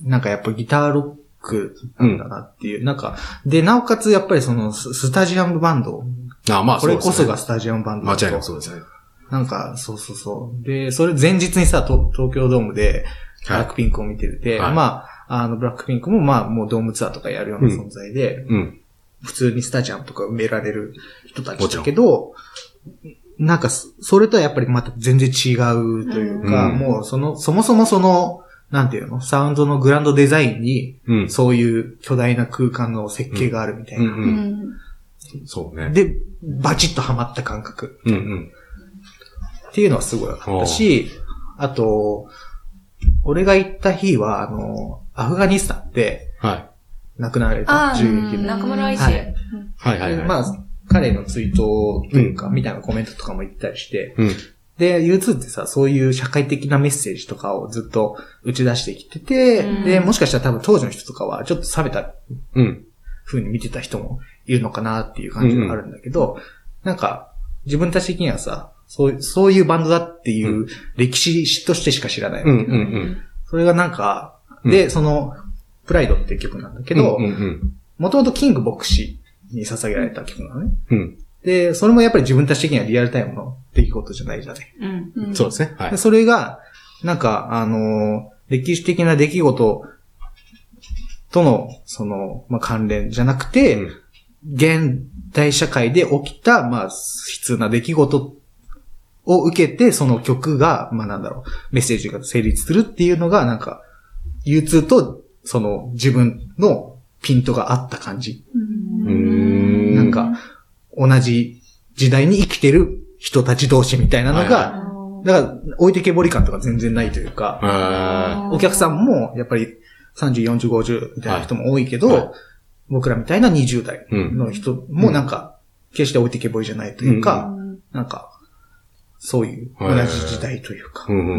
なんかやっぱギターロックなんだなっていう、うん、なんか、で、なおかつやっぱりその、スタジアムバンド。 ああ、まあそうですね。 これこそがスタジアムバンド。 間違いなくそうですね。 なんか、そうそうそう。で、それ前日にさ、東京ドームで、ブラックピンクを見てて、はい、まあ、あの、ブラックピンクもまあ、もうドームツアーとかやるような存在で、うんうん、普通にスタジアムとか埋められる人たちだけど、なんか、それとはやっぱりまた全然違うというか、うん、もうその、そもそもその、なんていうの、サウンドのグランドデザインに、うん、そういう巨大な空間の設計があるみたいな。うんうんうん、そうね。 で、バチッとハマった感覚。うんうんっていうのはすごいあったし、あと、俺が行った日は、あの、アフガニスタンで、亡くなられた銃撃で。 中村愛氏。 はい。はいはいはい。まあ、彼の追悼というか、みたいなコメントとかも言ったりして、うん、で、ユーツー ってさ、そういう社会的なメッセージとかをずっと打ち出してきてて、うん、で、もしかしたら多分当時の人とかはちょっと冷めた風に見てた人もいるのかなっていう感じがあるんだけど、うんうん、なんか、自分たち的にはさ、そう、そういうバンドだっていう歴史としてしか知らないわけ、うんうんうん。それがなんか、で、うん、その、プライドっていう曲なんだけど、もともとキング牧師に捧げられた曲なのね、うん。で、それもやっぱり自分たち的にはリアルタイムの出来事じゃないじゃない。 うんうん、そうですね。はい。 でそれが、なんか、あのー、歴史的な出来事との、その、まあ、関連じゃなくて、うん、現代社会で起きた、まあ、悲痛な出来事を受けて、その曲が、まあなんだろう、メッセージが成立するっていうのが、なんか、ユーツー と、その、自分のピントがあった感じ。うーんなんか、同じ時代に生きてる人たち同士みたいなのが、だから、置いてけぼり感とか全然ないというか、お客さんも、やっぱり、さんじゅう、よんじゅう、ごじゅうみたいな人も多いけど、はいはい、僕らみたいなにじゅう代の人もなんか、決して置いてけぼりじゃないというか、うん、なんか、そういう同じ時代というか、うんうん、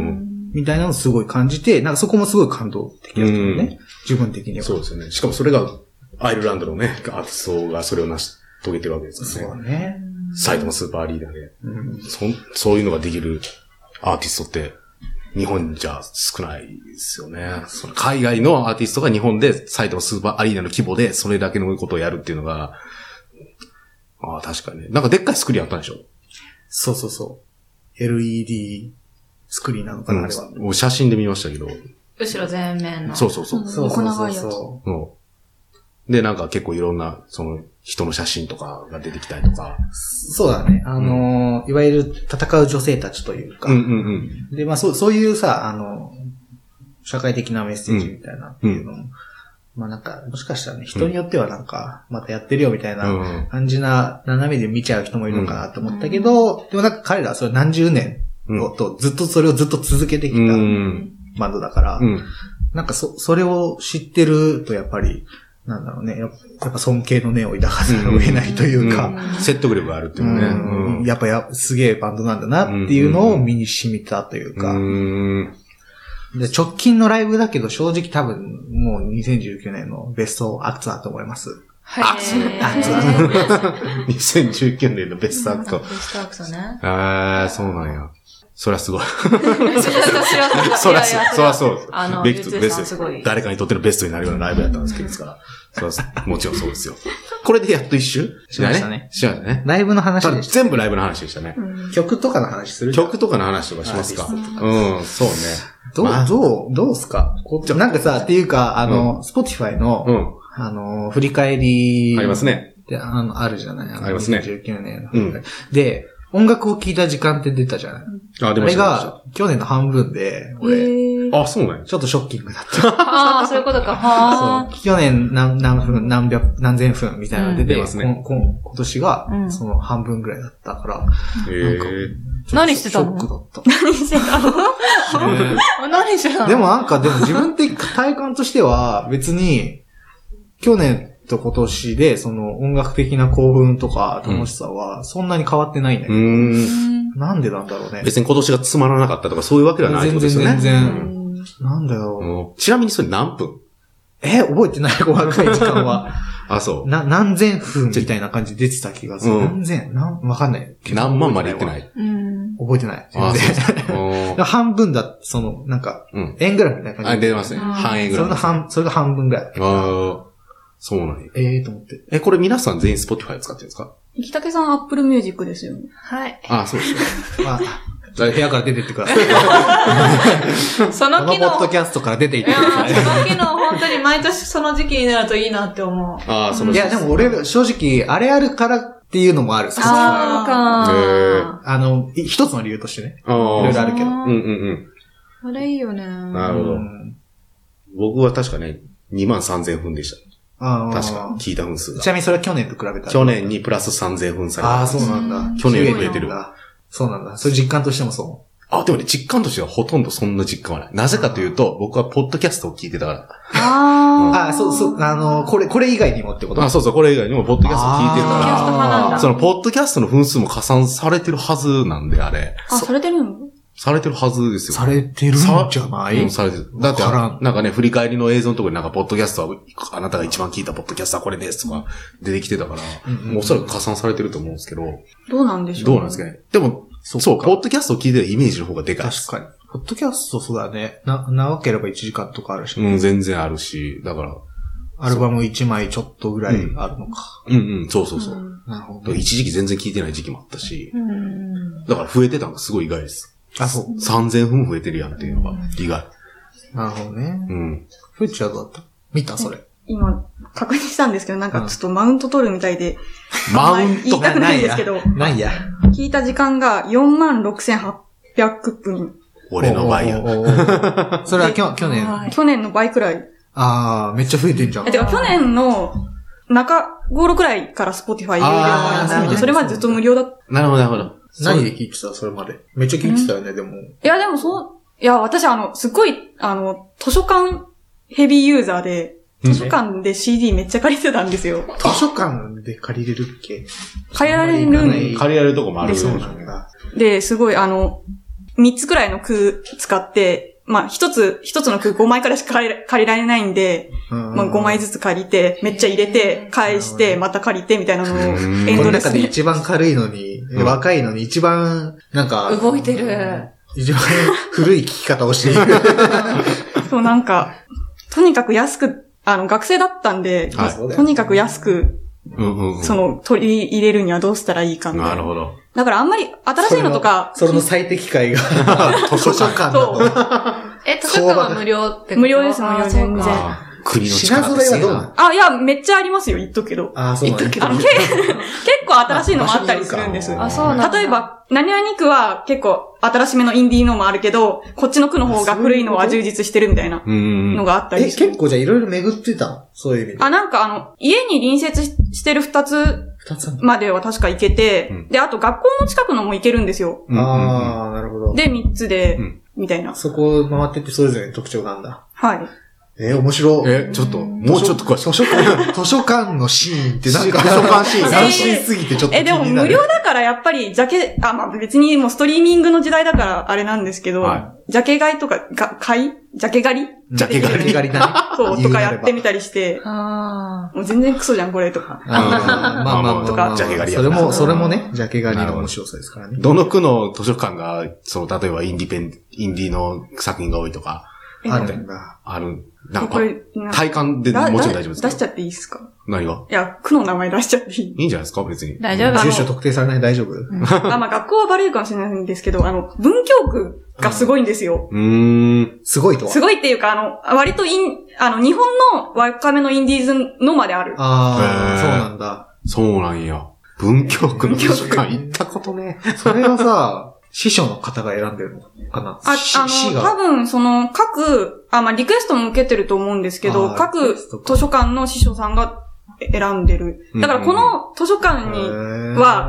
みたいなのをすごい感じて、なんかそこもすごい感動的だったよね、うん、自分的には。 そうですよね。しかもそれがアイルランドのね、アーティストがそれを成し遂げてるわけですよね。そうね。埼玉スーパーアリーナで、うん、そ、そういうのができるアーティストって日本じゃ少ないですよね。その海外のアーティストが日本で埼玉スーパーアリーナの規模でそれだけのことをやるっていうのが、ああ、確かにね。なんかでっかいスクリーンあったんでしょ？ そうそうそう。エルイーディー スクリーンなのかな、うん、あれは。 もう写真で見ましたけど。 後ろ全面の。 そうそうそう。 そうそうそうそう。 うん。で、なんか結構いろんな、その、人の写真とかが出てきたりとか。 そうだね。あのー、うん、いわゆる戦う女性たちというか。うんうんうん。で、まあそう、そういうさ、あの、社会的なメッセージみたいなっていうのも、うん、まあなんか、もしかしたらね、人によってはなんか、またやってるよみたいな感じな、斜めで見ちゃう人もいるのかなと思ったけど、うん、でもなんか彼らはそれ何十年をと、ずっとそれをずっと続けてきたバンドだから、うん、なんかそ、それを知ってるとやっぱり、なんだろうね。やっぱ尊敬の念を抱かざるを得ないというか。 うんうん、説得力があるっていうね。 うん、やっぱや、すげえバンドなんだなっていうのを身に染みたというか。うん、で直近のライブだけど正直多分もうにせんじゅうきゅうねんのベストアクトだと思います。 アクトアクトにせんじゅうきゅうねんのベストアクト。 ベストアクトね。 ああ、そうなんや。そりゃすごい。そりゃそう。そりゃそう。 あの、 ベスト、ベスト。誰かにとってのベストになるようなライブだったんですけど、ですから。そもちろんそうですよ。これでやっと一周しましたね。 しましたね。 ライブの話でした。 全部ライブの話でしたね。 曲とかの話する？ 曲とかの話とかしますか？うん、そうね。 どう、どう、どうすか？なんかさ、っていうか、あの、スポティファイの、あの、振り返り。 ありますね。 で、あの、あるじゃない？ ありますね。 にせんじゅうきゅうねんの振り返り。で、音楽を聴いた時間って出たじゃない？あ、出ました。あれが、去年の半分で、俺、 あ、そうなんや。 ちょっとショッキングだった。 ああ、そういうことか。はあ。そう。去年何、何分、何百、何千分みたいなので出て、うん、今年が、その半分ぐらいだったから、なんか、 何してたの？ ショックだった。 何してたの？ ね何してたの？ でもなんか、でも自分的体感としては、別に、去年と今年で、その音楽的な興奮とか楽しさは、そんなに変わってないんだけど、 うーん。 なんでなんだろうね。 別に今年がつまらなかったとかそういうわけではないってことですよね。 全然全然。 うんなんだよ。 うんちなみにそれ何分？ え、覚えてない細かい時間は。 あ、そう。 な、何千分みたいな感じで出てた気がする。 うん何千なんわかんない。 何万まで言ってない。 うん。 覚えてない。 あ、 全そう然。 そう。 半分だって、その、なんか、 うん。 円グラフみたいな感じ。 あ、出ますね。 うん半円ぐらい。 それが半、それが半分ぐらい。 ああ、そうなんや。 ええーと思って。 え、これ皆さん全員 Spotify 使ってるんですか？ 生きたけさん Apple Music ですよね。 はい。 あ、そうですね。 まあ、じゃあ部屋から出てってください。 そこのの機能、 ポッドキャストから出ていっていください。 や、その機能本当に毎年その時期になるといいなって思う。 ああ、そのいや、でも俺、正直、あれあるからっていうのもある。 あーかあの、い一つの理由としてね。 ああ、 いろいろあるけど。 うんうんうん。 あれいいよね。 なるほど。 うん僕は確かね、にまんさんぜん分でしあた。確か、聞いた分数がち。なみにそれは去年と比べたら。 去年にプラスさんぜん分された。 ああ、そうなんだ。 去年増えてる。 そうなんだ。それ実感としてもそあ、でもね、実感としてはほとんどそんな実感はない。なぜかというと、僕はポッドキャストを聞いてたから。 う。 あああ、そう、そう、あの、これ、これ以外にもってことあ、そうそう、これ以外にもポッドキャストを聞いてるポッドキャスト派なんから、 だそのポッドキャストの分数も加算されてるはずなんで、あれ。 あ、されてるの？ されてるはずですよ。 されてるんじゃないうん、されてる。だってわからん、 なんかね、振り返りの映像のところになんか、ポッドキャストは、あなたが一番聞いたポッドキャストはこれですとか、出てきてたから、 うんうんうんもうおそらく加算されてると思うんですけど、 どうなんでしょうどうなんですかね。でも、 そそうう、 かポッドキャストを聞いてるイメージの方がでかいです。 確かに。ポッドキャストそうだね。な、長ければいちじかんとかあるし、 うん、全然あるし、だから、 アルバムいちまいちょっとぐらいあるのか。 うんうん、そうそうそう。 なるほど。 一時期全然聞いてない時期もあったし、 うん。 だから増えてたのがすごい意外です。 あ、そう。 さんぜん分増えてるやんっていうのが意外。 なるほどね。 うん。 フッチはどうだった見たそれ。 今、確認したんですけど、なんかちょっとマウント取るみたいで、 マウント言いたくないんですけど、 ないや。 聞いた時間がよんまんろくせんはっぴゃくふん。 俺の倍や。 おーおーおーそれはきょ去年。 はい去年の倍くらい。 あー、めっちゃ増えてんじゃんえ、。てか去年の中頃くらいから Spotify 有料版あーなるほど始めて、それまでずっと無料だっなるほど、なるほど。 何で聞いてたそれまで。めっちゃ聞いてたよね、でも。 いや、でもそう、いや、私あの、すっごい、あの、図書館ヘビーユーザーで、図書館で シーディー めっちゃ借りてたんですよ。 図書館で借りれるっけ借りられるんあんまり行かない借りられるとこもあるでよそうなんだ。 で、すごいあの、みっつくらいの句使って、まあ、一つ、一つの句ごまいからしか借り借りられないんで、まあ、ごまいずつ借りて、めっちゃ入れて、返して、また借りて、みたいなのをエンこの中でドレスで。 一番軽いのに、 うん若いのに一番、なんか、 動いてる。 一番古い聞き方をしている。 そう、なんか、とにかく安く、あの、学生だったんで、 はいとにかく安く、 うんうんうん。 その、取り入れるにはどうしたらいいかみたいな。 なるほど。 だからあんまり新しいのとか、 それの最適解が、図書館だそうと。 え、図書館は無料ってこと？ 無料です無料あー全然そうかあー国の品力って揃えはどうなのあ、いや、めっちゃありますよ、言っとくけど。 ああ、そうなんだ。 あの、け結構新しいのもあったりするんです。 あ、そうなんだ。 例えば、何々区は結構新しめのインディーのもあるけど、こっちの区の方が古いのは充実してるみたいなうんのがあったえ、 りする。 結構じゃあいろいろ巡ってたのそういう意味で。 あ、なんかあの、家に隣接してる二つ二つあるのまでは確か行けて、 うんで、あと学校の近くのも行けるんですよ。 うんうんうんああ、なるほど。 で、三つで、 うんみたいな。 そこを回ってってそれぞれに特徴があるんだ。 はい。 えー、面白い。 え、ちょっと、もうちょっと詳しい。 図書館、図書館のシーンってなんか、 図書館シーン斬新すぎてちょっと気え、 になる。 でも無料だからやっぱり、ジャケ、あ、まあ別にもうストリーミングの時代だからあれなんですけど、 はジャケ買いとか、が、買いジャケ狩りジャケ狩りジャケ狩りだね。 そう、とかやってみた。 たりして、 あもう全然クソじゃん、これとか。 あーまあまあまあまあとかまあ。 ジャケ狩りやなそれも、それもね、ジャケ狩りの面白さですからね。 どの区の図書館が、その、例えばインディペン、インディの作品が多いとか、 えあるんだ。 ある、なんかこ、れ、な体感でだもちろん大丈夫ですけど。 出しちゃっていいですか何がいや、区の名前出しちゃっていいいいんじゃないですか別に。 大丈夫。 住所特定されない大丈夫あ、まあ学校はバレるかもしれないんですけど、あの、文京区がすごいんですよ。 うーん。 すごいとはすごいっていうか、あの、割とイン、あの、日本の若めのインディーズのまである。 ああ、 へーそうなんだ。 そうなんや。文京区の図書館行ったことね。 それはさ、師匠の方が選んでるのかなあ、 しあの、多師が。 分、その、各、あ、まあ、リクエストも受けてると思うんですけど、 あー各リクエストか図書館の師匠さんが選んでる。だから、この図書館に、は、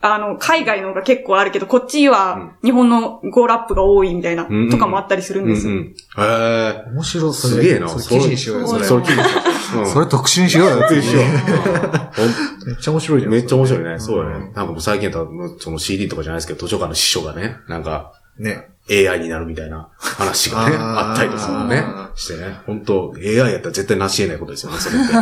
あの、海外のが結構あるけど、こっちは日本の語ラップが多いみたいな、 うん、 とかもあったりするんですよ。うんうん、 へえ。 面白い。 すげえな。 それ記事にしようよ、それ。 それ記事にしよう。それ特集にしようよ。 特集しよう。 めっちゃ面白いじゃん。 めっちゃ面白いね。そうだね。なんかもう最近だと、その シーディー とかじゃないですけど、図書館の司書がね、なんか、ね。エーアイ になるみたいな話がね、あ, あったりとかね、してね。本当 エーアイ やったら絶対なし得ないことですよね、それって。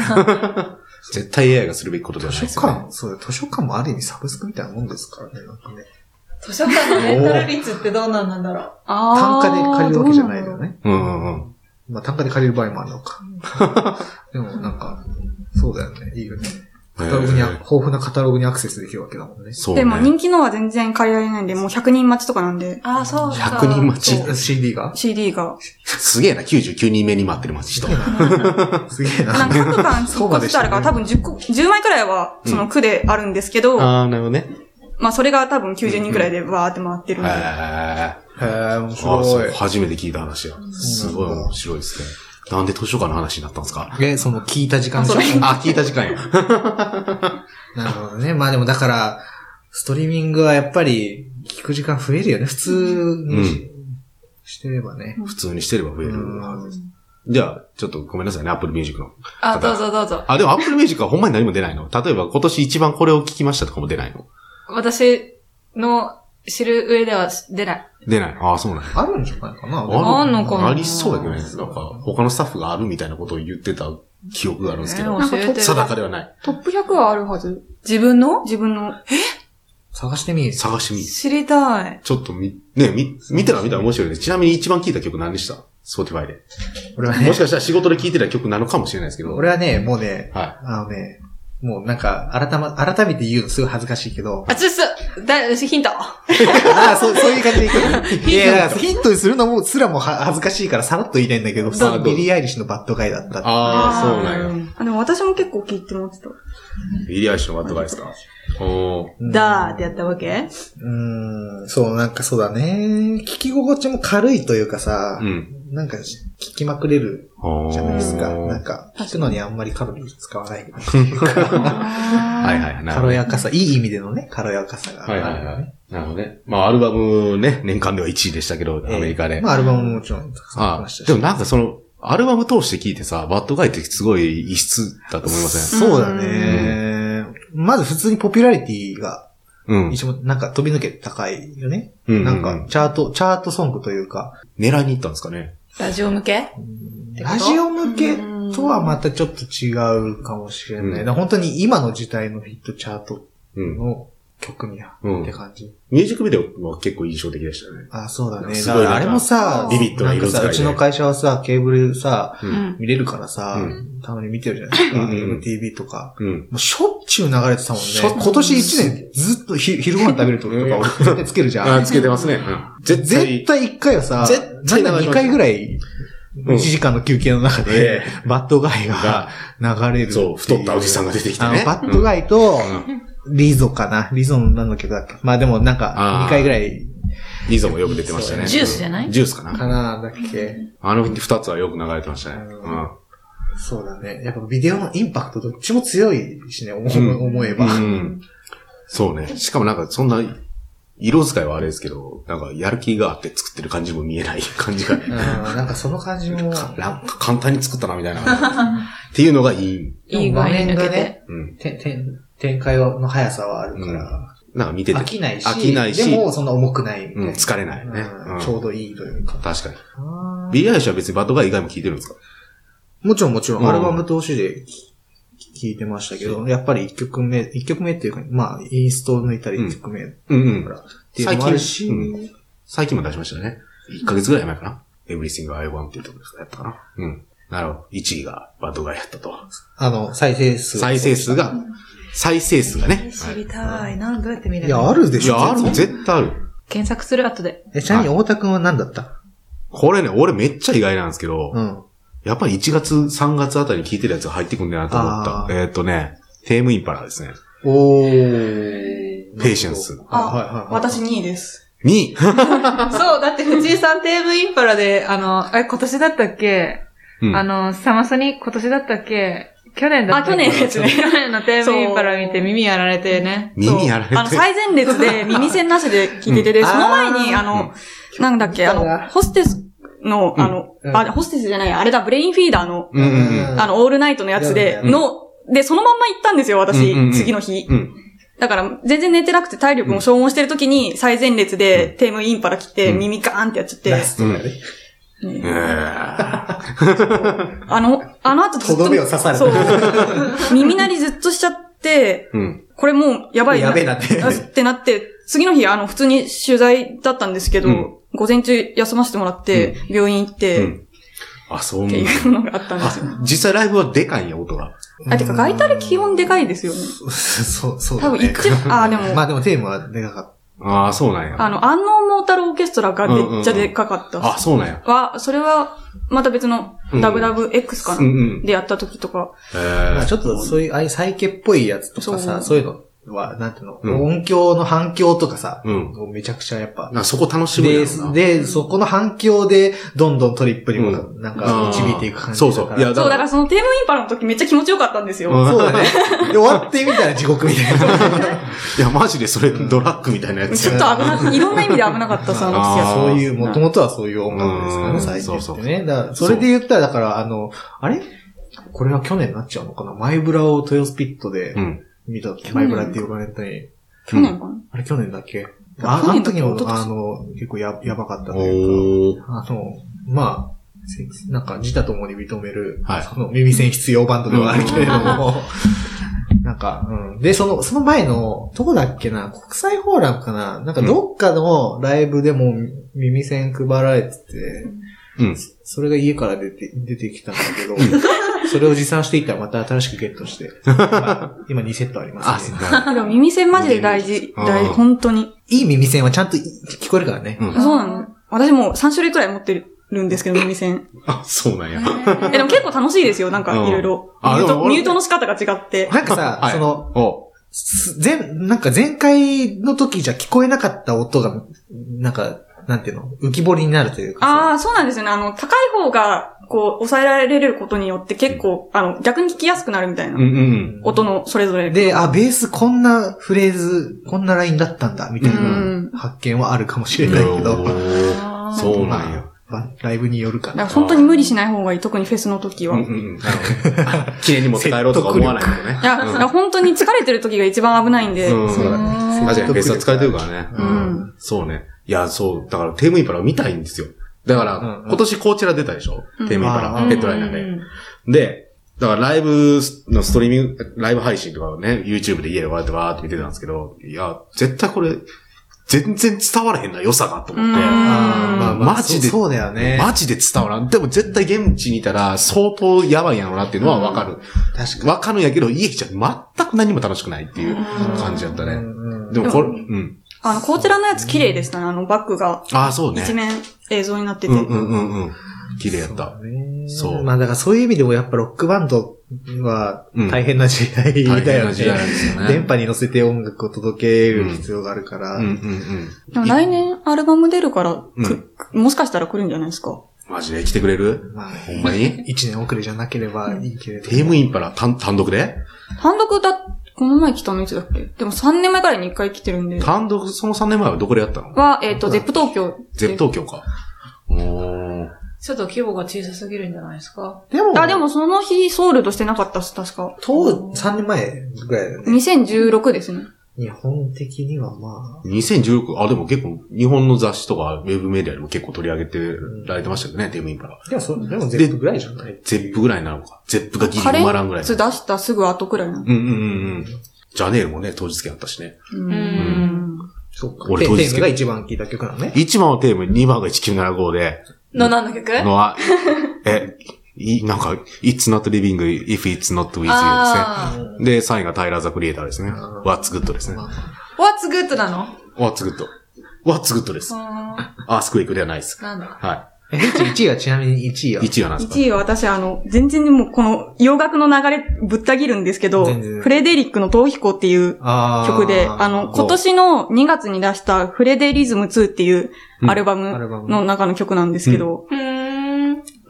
絶対 エーアイ がするべきことではないですよね。 図書館、そう図書館もある意味サブスクみたいなもんですからね、なんかね。 図書館のレンタル率ってどうなんなんだろう。 単価で借りるわけじゃないよね。 うんうんうん。 まあ単価で借りる場合もあるのか。でもなんか、そうだよね、いいよね。カタログに、豊富なカタログにアクセスできるわけだもんね。 そうね。でも人気のは全然借りられないんで、もうひゃくにん待ちとかなんで。 ああ、そうひゃくにん待ちシーディー が ?シーディー が。 すげえな、きゅうじゅうきゅうにんめに待ってる人。すげえな。 なんか各館引っ越してあるから、多分じゅっこ、じゅうまいくらいは、その区であるんですけど。 うん、ああ、なるほどね。 まあそれが多分きゅうじゅうにんくらいでわーって回ってるんで。へー。 へー、面白い。 初めて聞いた話や。すごい面白いですね。なんで図書館の話になったんですか？ え、その聞いた時間でしょ？ あ、聞いた時間や。 なるほどね。まあでもだから、ストリーミングはやっぱり聞く時間増えるよね。普通に、うん、してればね。 普通にしてれば増える。じゃあ、ちょっとごめんなさいね、Apple Music の。 あ、どうぞどうぞ。 あ、でも Apple Music はほんまに何も出ないの？例えば今年一番これを聞きましたとかも出ないの？ 私の知る上では出ない。 出ない。ああ、そうなんや。 あるんじゃないかな。 あるのかな。 ありそうだけどね。なんか、他のスタッフがあるみたいなことを言ってた記憶があるんですけど。 えー、 定かではない。 トップひゃくはあるはず。 自分の自分の。 え探してみ探してみ知りたい。 ちょっとみ、ね、み、見たら見たら面白いね。ちなみに一番聴いた曲何でした ?Spotify で。 俺はね。 もしかしたら仕事で聴いてた曲なのかもしれないですけど。 俺はね、もうね、 はい。 あのね、もうなんか、改ま、改めて言うのすごい恥ずかしいけど。 あ、ちょっと、だ、ヒント。ああ、そう、そういう感じでいく。いや、ヒントにするのも、すらも恥ずかしいからさらっと言いたいんだけど、さ、ビリー・アイリッシュのバッドガイだった。 ああ、そうなんや。 あ、でも私も結構聞いてました。 ビリー・アイリッシュのバッドガイですか？おー。だーってやったわけ？ うーん、そう、なんかそうだね。聞き心地も軽いというかさ、うん、なんか聞きまくれるじゃないですか。なんか、聞くのにあんまりカロリー使わないみたいな。 はいはい。 軽やかさ、いい意味でのね、軽やかさがある、ね。 はいはいはい。なるほどね。まあ、アルバムね、年間ではいちいでしたけど、アメリカで。 まあ、アルバムももちろんたくさんありましたし。 でもなんかその、アルバム通して聞いてさ、バッドガイってすごい異質だと思いません？ そうだね。まず普通にポピュラリティが、うん。一応、なんか飛び抜け高いよね。うん。なんか、チャート、チャートソングというか。 狙いに行ったんですかね。 ラジオ向け？ ラジオ向けとはまたちょっと違うかもしれない。うん、本当に今の時代のヒットチャートの曲には、うん、って感じ。 ミュージックビデオは結構印象的でしたね。 あ、そうだね。だからあれもさ、 ビビッドな色使いで。 うちの会社はさ、ケーブルさ、うん、見れるからさ、うん、たまに見てるじゃないですか。うん、エムティービー とか、うん。もうしょっちゅう流れてたもんね。今年一年ずっとひ昼ご飯食べるときとか俺絶対つけるじゃん。 あ、つけてますね。うん、 絶対。絶対一回はさ、絶対にかいぐらい、いちじかんの休憩の中で、うん、バッドガイが流れる。 そう、太ったおじさんが出てきてね。 バッドガイと、リゾかな。リゾの何の曲だっけ。まあでもなんか、にかいぐらい。 リゾもよく出てましたね。 ジュースじゃない？ ジュースかな。 かなだっけ。 あの二つはよく流れてましたね。うん。 そうだね。やっぱビデオのインパクトどっちも強いしね、思えば。 うんうん。そうね。しかもなんかそんな、色使いはあれですけど、なんかやる気があって作ってる感じも見えない感じがね。 うん、なんかその感じも。なんか簡単に作ったなみたいな。っていうのがいい。 いい画面がね。 うん。て、て、展開の速さはあるから。 うん、なんか見てて。 飽きないし。 飽きないし。 でもそんな重くないみたいな。 うん、疲れないね、 うん。ちょうどいいというか。 確かに。ビリー・アイリッシュは別にバッドガイ以外も聴いてるんですか？ もちろんもちろん。アルバム通しで聴いてましたけど、やっぱり一曲目、一曲目っていうか、まあ、インスト抜いたり一曲目。うんうん。っていうのもあるし、 うん、最近も出しましたね。いっかげつぐらい前かな。Everything I Want っていうところですかやったかな。うん。なるほど。いちいがバッドガイやったと。 あの、再生数。 再生数が、再生数がね。 知りたい。なんどうやって見れるの？いや、あるでしょ。 いや、ある。絶対ある。 検索する後で。 え、ちなみに太田くんは何だった？ これね、俺めっちゃ意外なんですけど、 うん。 やっぱりいちがつ、さんがつあたりに聞いてるやつが入ってくんだなと思った。えー、っとね、テームインパラですね。 おー。 ペーシェンス。 あ、はいはいはい、私にいです。 にいそう、 だって藤井さんテームインパラで、あの、え、今年だったっけ、うん、あの、サマソニ今年だったっけ去年だった。 あ、去年ですね。 去年のテームインパラ見て耳やられてね。 耳やられて。 あの、最前列で耳栓なしで聞いてて、で、その前に、あの、なんだっけ、あの、ホステスの、あの、あ、ホステスじゃない、あれだ、ブレインフィーダーの、あの、オールナイトのやつで、の、で、そのまんま行ったんですよ、私、次の日。だから、全然寝てなくて体力も消耗してる時に、最前列でテームインパラ来て、耳ガーンってやっちゃって。あの、あの後ずっと。 とどめを刺された。 そう。耳鳴りずっとしちゃって、これもうやばいな。 やべえなって。 ってなって、次の日、あの、普通に取材だったんですけど、午前中休ませてもらって、病院行って、 あ、そうっていうのがあったんですよ。 実際ライブはでかいんや、音が。 あ、てか、ガイタレ基本でかいですよね。 そう、そう。 多分一番、あ、でも。 まあでもテーマはでかかった。 ああ、そうなんや。 あの、アンノーンモータルオーケストラがめっちゃでかかった。 あ、そうなんや。 は、それは、また別の ダブダブエックス かな、でやった時とか。 へちょっとそういう、ああいうサイケっぽいやつとかさ、そういうの。は、なんていうの、うん、音響の反響とかさ、うん、めちゃくちゃやっぱ。 そこ楽しむやろな。 で、で、そこの反響で、どんどんトリップにも、なんか、導いていく感じだから、うん。そうそう。いや、 だから、そう、だからそのテームインパラの時めっちゃ気持ちよかったんですよ。 そうだね。で、終わってみたら地獄みたいな。 いや、マジでそれ、ドラッグみたいなやつ。 ちょっと危な、いろんな意味で危なかった、その時は。 そういう、もともとはそういう音楽ですからね、最近ってね。だから、それで言ったら、だから、あの、あれこれは去年になっちゃうのかなマイブラを豊洲ピットで、うん見た、マイブラっていうバレンタイン。 去年かな、 あれ去年だっけあ、あの時も、あの、結構や、やばかったというか、あの、まあ、なんか自他ともに認める、はい、その耳栓必要バンドではあるけれども、なんか、うん。で、その、その前の、どこだっけな国際フォーラムかななんかどっかのライブでも耳栓配られてて、うん。それが家から出て、出てきたんだけど、それを持参していったらまた新しくゲットして、今にセットありますね。 あ、でも耳栓マジで大事。大事、本当に。 いい耳栓はちゃんと聞こえるからね。 うん、そうなの。私もさん種類くらい持ってるんですけど、耳栓。 あ、そうなんや。 え、でも結構楽しいですよ、なんかいろいろ。ミュート、ミュートの仕方が違って。 なんかさ、はい、その、前、なんか前回の時じゃ聞こえなかった音が、なんか、なんていうの浮き彫りになるというか。 ああ、そうなんですよね。あの、高い方が、こう、抑えられることによって結構、あの、逆に聞きやすくなるみたいな。うんうん、音のそれぞれ。 で、あ、ベースこんなフレーズ、こんなラインだったんだ、みたいな発見はあるかもしれないけど。 そうなんや。 ライブによるかな。本当に無理しない方がいい。特にフェスの時は。 綺麗に持って帰ろうとか思わないけどね。 いや、うん、いや本当に疲れてる時が一番危ないんで。 うん、そうだね。確かにフェスは疲れてるからね。うん。そうね。いや、そう。だからテームインパラを見たいんですよ。だから、うんうん、今年コーチェラ出たでしょ、うん、テームインパラ、ヘッドライナーで、うんうん。で、だからライブのストリーミング、ライブ配信とかをね、YouTube で家でわーってわーって見てたんですけど、いや、絶対これ、全然伝わらへんな良さがと思って。まあ、マジで、 そうだよね。 マジで伝わらん。でも絶対現地にいたら相当やばいんやろうなっていうのはわかる。 確かに。 わかるんやけど、家じゃ全く何も楽しくないっていう感じだったね。でもこれ、うん。 あの、こちらのやつ綺麗でしたね、あのバッグが。 ああ、そうね。 一面映像になってて。 うんうんうんうん。綺麗やった。 そう。そうまあだからそういう意味でもやっぱロックバンドは大変な時代だよね。大変な時代ですよね。電波に乗せて音楽を届ける必要があるから。うんうんうんでも来年アルバム出るから、うん、もしかしたら来るんじゃないですか。 マジで来てくれる、まあ、ほんまに一年遅れじゃなければいいけれど。 テームインパラ単独で単独だ、この前来たのいつだっけでもさんねんまえくらいにいっかい来てるんで。 単独、そのさんねんまえはどこでやったのは、えっと、ゼップ東京。 ゼップ東京か。おー。 ちょっと規模が小さすぎるんじゃないですかでも。あ、でもその日ソウルドしてなかったっす、確か。 当、さんねんまえぐらいだよね。 にせんじゅうろくですね。 日本的にはまあ。 にせんじゅうろく、あ、でも結構日本の雑誌とかウェブメディアでも結構取り上げてられてましたけどね、うん、テームインパラ。 でもそ、でもゼップぐらいじゃないゼップぐらいなのか。ゼップがギリ埋まらんぐらい。 カレンツ出したすぐ後くらいなの。 うんうんうんうん。ジャネールもね、当日券あったしね。 うん。うんそうか。俺当日券が一番聴いた曲なのね。 いちばんはテーム、にばんがいちきゅうななごで。 の何の曲のは、え、い、なんか、It's not living if it's not with you ですね。で、さんいがタイラーザクリエイターですね。What's good ですね。 What's good なの ?What's good。What's good です。アースクエイクではないです。 なんだはい。 え、いちいはちなみにいちいは ?いちいは何ですか ?いちいは私あの、全然もうこの洋楽の流れぶった切るんですけど、フレデリックの逃避行っていう曲で、あの、今年のにがつに出したフレデリズムツーっていうアルバムの中の曲なんですけど、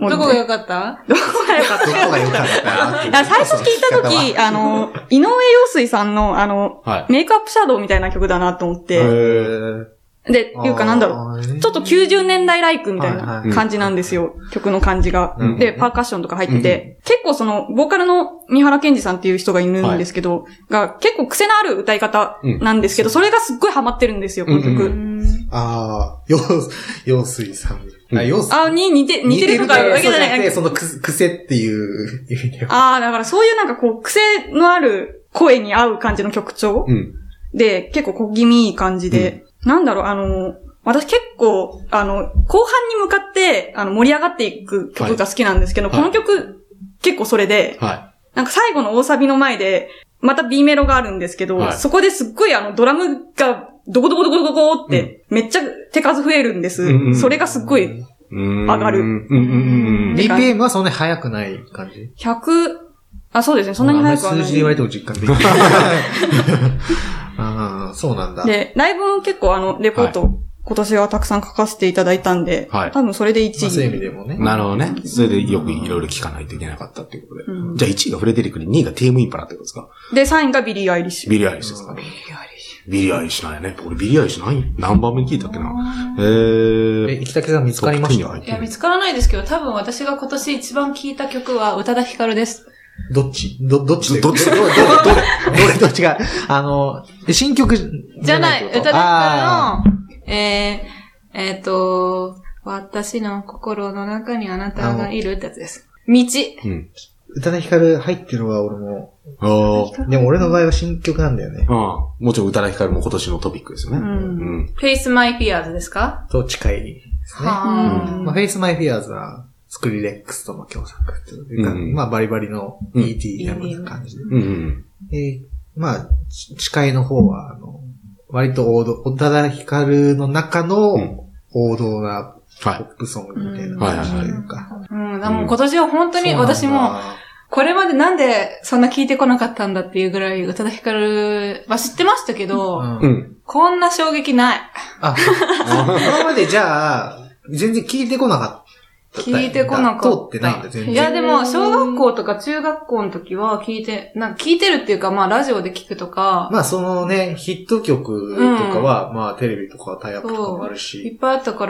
もうどこが良かったどこが良かったどこが良かったいや最初聞いたとき、あの、井上陽水さんの、あの、 はい、 メイクアップシャドウみたいな曲だなと思って、で、いうかなんだろう、ちょっときゅうじゅうねんだいライクみたいな感じなんですよ、曲の感じが。で、パーカッションとか入ってて、結構その、ボーカルの三原健二さんっていう人がいるんですけど、が結構癖のある歌い方なんですけど、それがすっごいハマってるんですよ、この曲。 ああ、陽水さん。 あ、陽水。あ、に似て、似てるとかわけじゃない。 その癖っていう意味では。 ああ、だからそういうなんかこう、癖のある声に合う感じの曲調で、結構小気味いい感じで、なんだろう、あの、私結構、あの、後半に向かって、あの、盛り上がっていく曲が好きなんですけど、はい、この曲、結構それで、はい、なんか最後の大サビの前で、また B メロがあるんですけど、はい、そこですっごいあの、ドラムが、ドコドコドコドコって、めっちゃ手数増えるんです。うん、それがすっごい、上がる。 ビーピーエム はそんなに速くない感じ ? ひゃく、あ、そうですね、そんなに速くはない。 数字で言われても実感できない。ああ、そうなんだ。 で、ライブも結構あの、レポート、はい、今年はたくさん書かせていただいたんで、はい、多分それでいちい。まあ、 そういう意味でもね。 なるほどね。それでよくいろいろ聞かないといけなかったっていうことで。うん、じゃあいちいがフレデリックににいがテームインパラってことですか？ で、さんいがビリー・アイリッシュ。 ビリー・アイリッシュですか？ビリー・アイリッシュ。ビリー・アイリッシュなんやね。俺ビリー・アイリッシュ何、何番目に聞いたっけな。へー。 え、生竹さん見つかりました？ いや、見つからないですけど、多分私が今年一番聞いた曲は宇多田ヒカルです。 どっちど、どっちどっちどれどれどれどっちが、あの、新曲じゃない、宇多田ヒカルの、えー、えっと、私の心の中にあなたがいるってやつです。道。うん。 宇多田ヒカル入ってるわ、俺も。ああ。でも俺の場合は新曲なんだよね。 ああ。もちろん宇多田ヒカルも今年のトピックですよね。うん。 うん、Face My Fears ですか？ と近いですね。はあ。うん、まあ、Face My Fears は、スクリレックスとの共作っていうか、うん、まあバリバリの イーティー な感じで。うんうん、えー、まあ、誓いの方は、あの、割と王道、宇多田ヒカルの中の王道なポップソングみたいな感じというか。 うん、うん、でも今年は本当に私も、これまでなんでそんな聞いてこなかったんだっていうぐらい宇多田ヒカルは知ってましたけど、うん、こんな衝撃ない。 あ、今までじゃあ、全然聞いてこなかった。 聞いてこなかった。 通ってないんだ、全然。 いや、でも、小学校とか中学校の時は聞いて、なんか聞いてるっていうか、まあ、ラジオで聞くとか。 まあ、そのね、ヒット曲とかは、うん、まあ、テレビとかタイアップとかもあるし。 いっぱいあったから、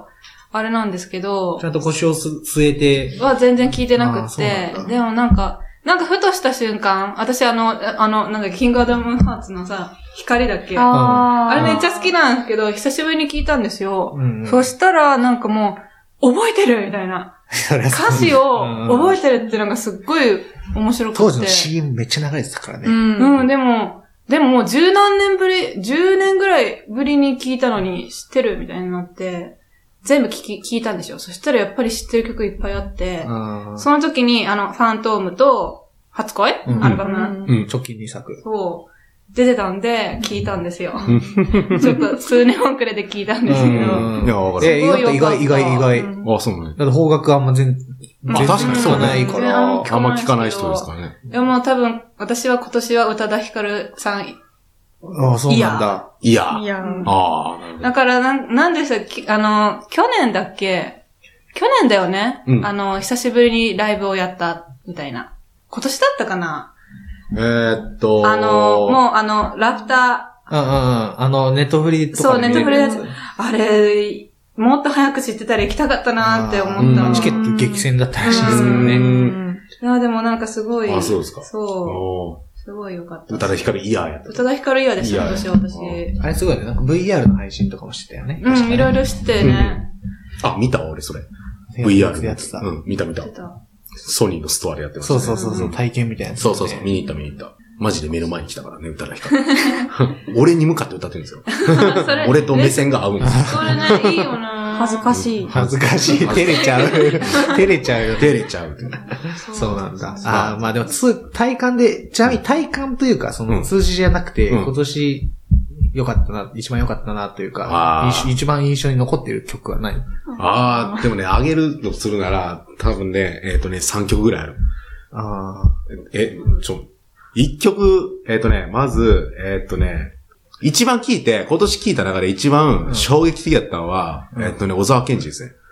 あれなんですけど。 ちゃんと腰を据えて。 は全然聞いてなくって。でもなんか、なんかふとした瞬間、私あの、あの、なんだっけ、キングアダムハーツのさ、光だっけ。あ, あれめっちゃ好きなんですけど、久しぶりに聞いたんですよ。うんうん、そしたら、なんかもう、覚えてるみたいな。歌詞を覚えてるっていうのがすっごい面白くて。 当時の シーエム めっちゃ流れてたからね。 うん、うん、でも、でももう十何年ぶり、十年ぐらいぶりに聞いたのに知ってるみたいになって、全部聞き、聞いたんですよ。そしたらやっぱり知ってる曲いっぱいあって、その時にあの、ファントームと、初恋、うん、アルバム、 うん、直近にさく。 そう。出てたんで、聞いたんですよ。ちょっと数年遅れで聞いたんですけど。いや、わかる。 え、意外、意外、意外、意外。 あ、そうね。 だって方角あんま全、 まあ確かにそうね。から。あんま聞かない人ですかね。 いや、もう多分、私は今年は宇多田ヒカルさん。 ああ、そうなんだ。 いや。 いや。ああ。だから、なん、なんでしたあの、去年だっけ去年だよね。うん、あの、久しぶりにライブをやった、みたいな。今年だったかなえー、っと。 あの、もうあの、ラフター。うんうん。あの、ネットフリとか。 そう、ネットフリで。あれ、もっと早く知ってたら行きたかったなって思った。 チケット激戦だったらしいですけどね。 いや、でもなんかすごい。 あ、そうですか。 そう。すごい良かった。 宇多田ヒカルイヤーやった。 宇多田ヒカルイヤーでした、私、私。 あれすごいね。なんか ブイアール の配信とかもしてたよね。 うん、いろいろ知ってね。 あ、見た俺、それ。ブイアール でやってた。うん、見た見た。ソニーのストアでやってました、 ね。そうそうそうそう、体験みたいな、ね。 そうそうそう、見に行った見に行った。マジで目の前に来たからね、宇多田ヒカル。俺に向かって歌ってるんですよ。俺と目線が合うんですよ。 それね、いいよな恥ずかしい。 恥ずかしい。照れちゃう。照れちゃうよ。 照れちゃう。 そうなんだ。ああ、まあでも、つ、体感で、ちなみに体感というか、その、数字じゃなくて、うん、今年、良かったな、一番良かったなというか、一番印象に残っている曲は何？ ああ、でもね、あげるとするなら、多分ね、えっとね、さんきょくぐらいある。ああ。え、ちょ、いっきょく、えっとね、まず、えっとね、一番聴いて、今年聴いた中で一番衝撃的だったのは、うん、えっとね、小沢健二ですね。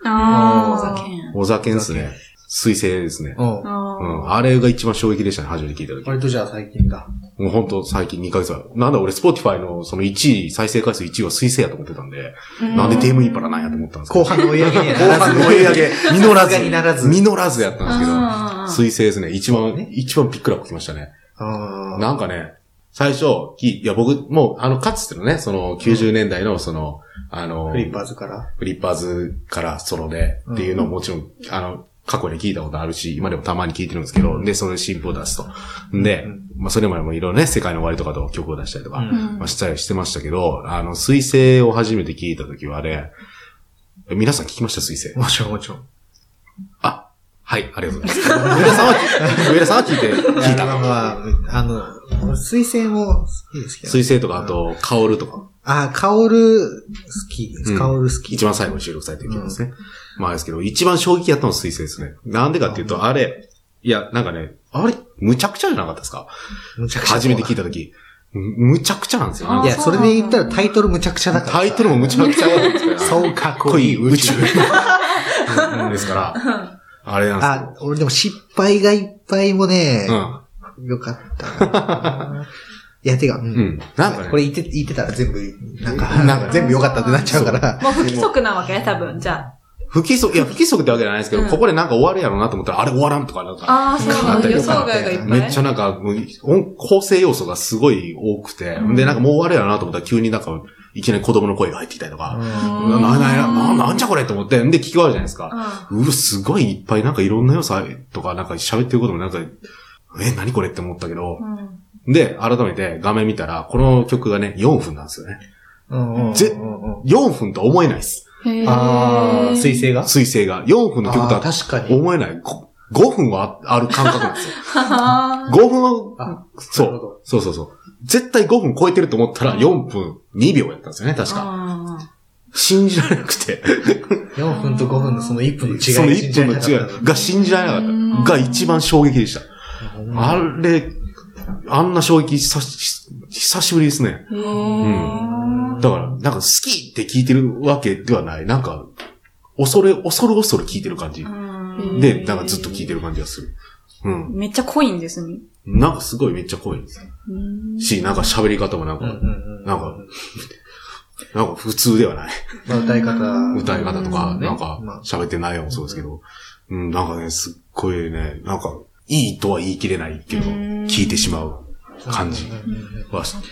あ小酒小酒ですね。水星ですね。 うん。 うん。あれが一番衝撃でしたね、初めて聞いた時。 割とじゃあ最近だ。 もうほんと最近にかげつは。なんだ俺、スポーティファイのそのいちい、再生回数いちいは水星やと思ってたんで、んなんでテームインパラなんやと思ったんですけど。 後半の追い上げには後半の追い上げ、実らず。 にならず。 実らずやったんですけど、水星ですね。一番、一番ピックラップきましたね。なんかね、最初、いや僕、もう、あの、かつてのね、その、きゅうじゅうねんだいの、その、あの、 フリッパーズからフリッパーズからソロで、っていうのをもちろん、あの、過去に聞いたことあるし、今でもたまに聞いてるんですけど、で、その新譜を出すと。で、まあ、それまでもいろいろね、世界の終わりとかと曲を出したりとか、まあ、したりしてましたけど、あの、水星を初めて聞いたときはあれ、皆さん聞きました水星。 もちろんもちろん。 あ、はい、ありがとうございます。上田さんは、上田さんは聞いて、聞いた。 まあ、あの、水星も好きですけど。 水星とか、あと、カオルとか。 あ、カオル好きです。カオル好き。 一番最後に収録されてる曲ですね。まあですけど、一番衝撃やったのは水星ですね。なんでかっていうと、あれ、いや、なんかね、あれ、むちゃくちゃじゃなかったですか？ むちゃくちゃ。 初めて聞いたとき。むちゃくちゃなんですよ。 いや、それで言ったらタイトルむちゃくちゃだから。 タイトルもむちゃくちゃなんですから。 そうかっこいい宇宙。 ですから、あれなんですよ。 あ、俺でも失敗がいっぱいもね、 うん。 よかったな。いや、てか、うん。 うん。なんかね。 これ言って、言ってたら全部、なんか、なんか全部よかったってなっちゃうから。 もう不規則なわけ多分、じゃあ。 不規則、いや、不規則ってわけじゃないですけど、 うん、 ここでなんか終わるやろうなと思ったら、あれ終わらんとかなんか。 ああ、そう、予想外がいっぱい。 めっちゃなんか、音構成要素がすごい多くて、うん、で、なんかもう終わるやろうなと思ったら、急になんか、いきなり子供の声が入ってきたりとか、な、な、な、なんじゃこれと思って、で、聞き終わるじゃないですか。うん、うわ、すごいいっぱいなんかいろんな要素とか、なんか喋ってることもなんか、え、何これって思ったけど、うん、で、改めて画面見たら、この曲がね、よんふんなんですよね。ぜ、よんふんと思えないです。 ああ、水星が水星が。よんふんの曲とは確かに思えない。ごふんはある感覚なんですよ。ごふんは、そう。そうそうそう。絶対ごふん超えてると思ったらよんぷんにびょうやったんですよね、確か。信じられなくて。 よんぷんとごふんのそのいっぷんの違い。 そのいっぷんの違いが信じられなかった。が一番衝撃でした。あれ、あんな衝撃久し、久しぶりですね。うん。だから、なんか好きって聞いてるわけではない。なんか、恐れ、恐る恐る聞いてる感じ。で、なんかずっと聞いてる感じがする。うん。 めっちゃ濃いんですね。 なんかすごいめっちゃ濃いんですよ。し、なんか喋り方もなんか、なんか、なんか普通ではない。 歌い方。 歌い方とか、なんか喋ってないよもそうですけど、うん、なんかね、すっごいね、なんか、いいとは言い切れないけど、聞いてしまう感じはした。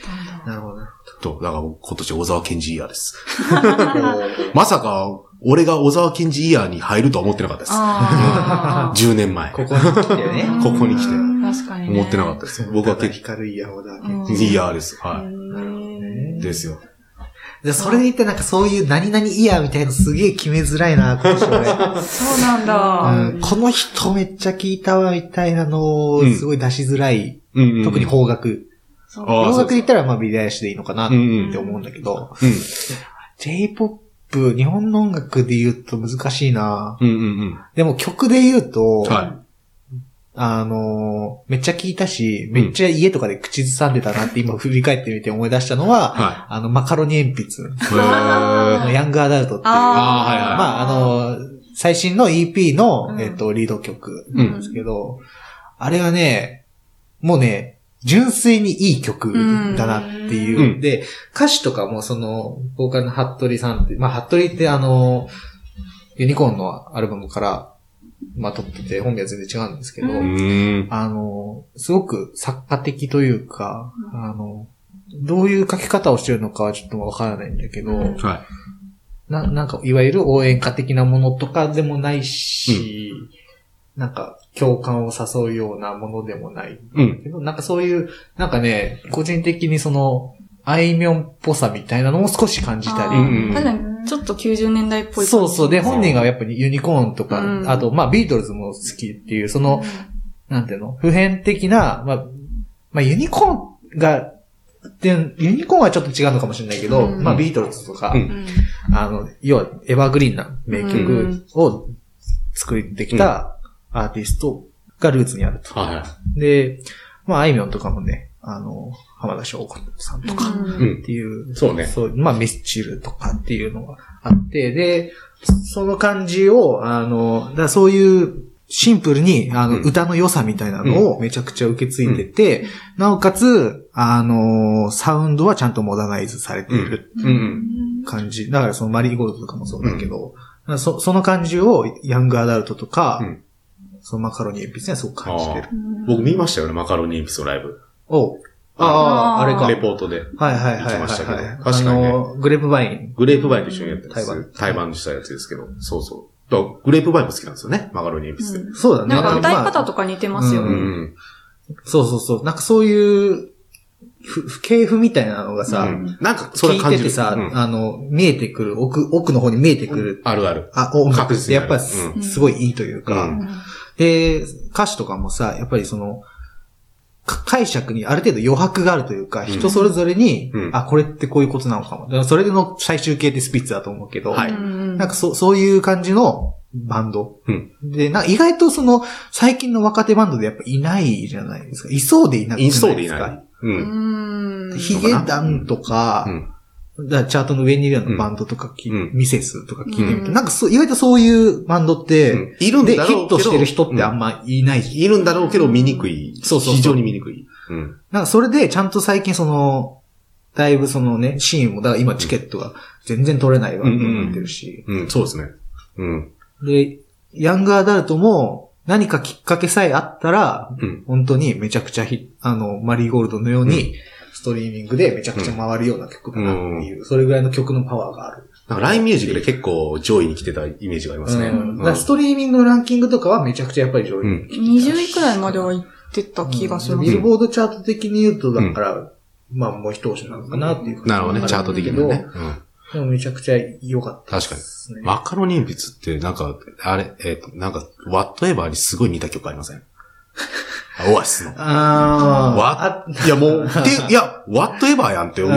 なるほど。 と、だから今年小沢健二イヤーです。まさか、俺が小沢健二イヤーに入るとは思ってなかったです。じゅうねんまえ。 ここに来てね。 ここに来て。 確かに、ね。 思ってなかったです。僕は結構。 光るイヤー小沢健二イヤーです。はい。ですよ。 で、それで言ってなんかそういう何々イヤーみたいなのすげえ決めづらいな、この人ね。 そうなんだ、 うん。この人めっちゃ聞いたわ、みたいなのをすごい出しづらい。うん、特に邦楽。邦楽で言ったらまあビリー・アイリッシュでいいのかなって思うんだけど。うん、ジェイポップ、日本の音楽で言うと難しいな、うんうんうん、でも曲で言うと、はいあのー、めっちゃ聞いたし、めっちゃ家とかで口ずさんでたなって今振り返ってみて思い出したのは、はい、あの、マカロニ鉛筆。ヤングアダルトっていう。あはいはい、まあ、あのー、最新の イーピー の、うん、えっと、リード曲なんですけど、うん、あれはね、もうね、純粋にいい曲だなっていう。うん、で、歌詞とかもその、ボーカルの服部さんって、まあ、服部ってあの、ユニコーンのアルバムから、まあ、撮ってて、本名は全然違うんですけど、あの、すごく作家的というか、あの、どういう書き方をしてるのかはちょっとわからないんだけど、はい、な、なんか、いわゆる応援歌的なものとかでもないし、うん、なんか、共感を誘うようなものでもないんだけど、うん、なんかそういう、なんかね、個人的にその、あいみょんっぽさみたいなのも少し感じたり。 確かに、ちょっときゅうじゅうねんだいっぽい。 そうそう。で、本人がやっぱりユニコーンとか、うん、あと、まあ、ビートルズも好きっていう、その、うん、なんていうの普遍的な、まあ、まあ、ユニコーンが、で、ユニコーンはちょっと違うのかもしれないけど、うん、まあ、ビートルズとか、うん、あの、要は、エバーグリーンな名曲を作ってきたアーティストがルーツにあると。うん、で、まあ、あいみょんとかもね、あの、浜田省吾さんとかっていう、うん、そうね。そう、まあミスチルとかっていうのがあって、で、 その感じを、あの、だからそういうシンプルに、あの、うん、歌の良さみたいなのをめちゃくちゃ受け継いでて、うん、なおかつ、あの、サウンドはちゃんとモダナイズされている感じ。だからそのマリーゴールドとかもそうだけど、うん、そ, その感じをヤングアダルトとか、うん、そのマカロニ鉛筆にはすごく感じてる。 僕見ましたよね、マカロニ鉛筆のライブ。 おう。ああ、あれか。 レポートで。 はいはいはい。 行きましたけど。 はいはいはい、 確かに、ね。 あの、グレープバイン。 グレープバインと一緒にやってます。 対バン。 対バンしたやつですけど。そうそう。だグレープバインも好きなんですよね。マカロニ鉛筆、 うん。 そうだね。 なんか歌い方とか似てますよね。 うんうん、 そうそうそう。なんかそういう、ふ、系譜みたいなのがさ、うん、 なんかそれ感じる。 聞いててさ、うん、あの、見えてくる、奥、奥の方に見えてくる。 あるある。 あ、音楽ってやっぱりす、うん、すごいいいというか、うん、で、歌詞とかもさ、やっぱりその、解釈にある程度余白があるというか、人それぞれに、うん、あ、これってこういうことなのかも。だからそれでの最終形ってスピッツだと思うけど、はい、なんかそ、そういう感じのバンド。うん、で、な意外とその、最近の若手バンドでやっぱいないじゃないですか。いそうでいなくないですか。いそうでいない。うん。ヒゲダンとか、うんだチャートの上にいるようなバンドとか、うん、ミセスとか聞いてみて、うん、なんかそう、意外とそういうバンドって、うん、いるんだろうけど。ヒットしてる人ってあんまいない、うん。 いるんだろうけど見にくい。そうそうそう。非常に見にくい。 うん。なんかそれでちゃんと最近その、だいぶそのね、シーンも、だから今チケットが全然取れないバンドになってるし、 うん。うん、そうですね。うん。 で、ヤングアダルトも何かきっかけさえあったら、うん、本当にめちゃくちゃヒあの、マリーゴールドのように、うんストリーミングでめちゃくちゃ回るような曲だなっていう、うん、それぐらいの曲のパワーがある。 なんか ライン ミュージックで結構上位に来てたイメージがありますね。うん、 だからストリーミングのランキングとかはめちゃくちゃやっぱり上位に来てた、うん。 にじゅういくらいまでは行ってた気がする、うん。 ビルボードチャート的に言うと、だから、うん、まあもう一押しなのかなっていう、 うん。なるほどね、チャート的にね。うん、 でもめちゃくちゃ良かったです、 ね。確かに。マカロニ鉛筆ってなんか、あれ、えっ、ー、と、なんか、ワットエバーにすごい似た曲ありませんオアシスの。 ああ。わ、いやもう、いや、whatever やんっていう。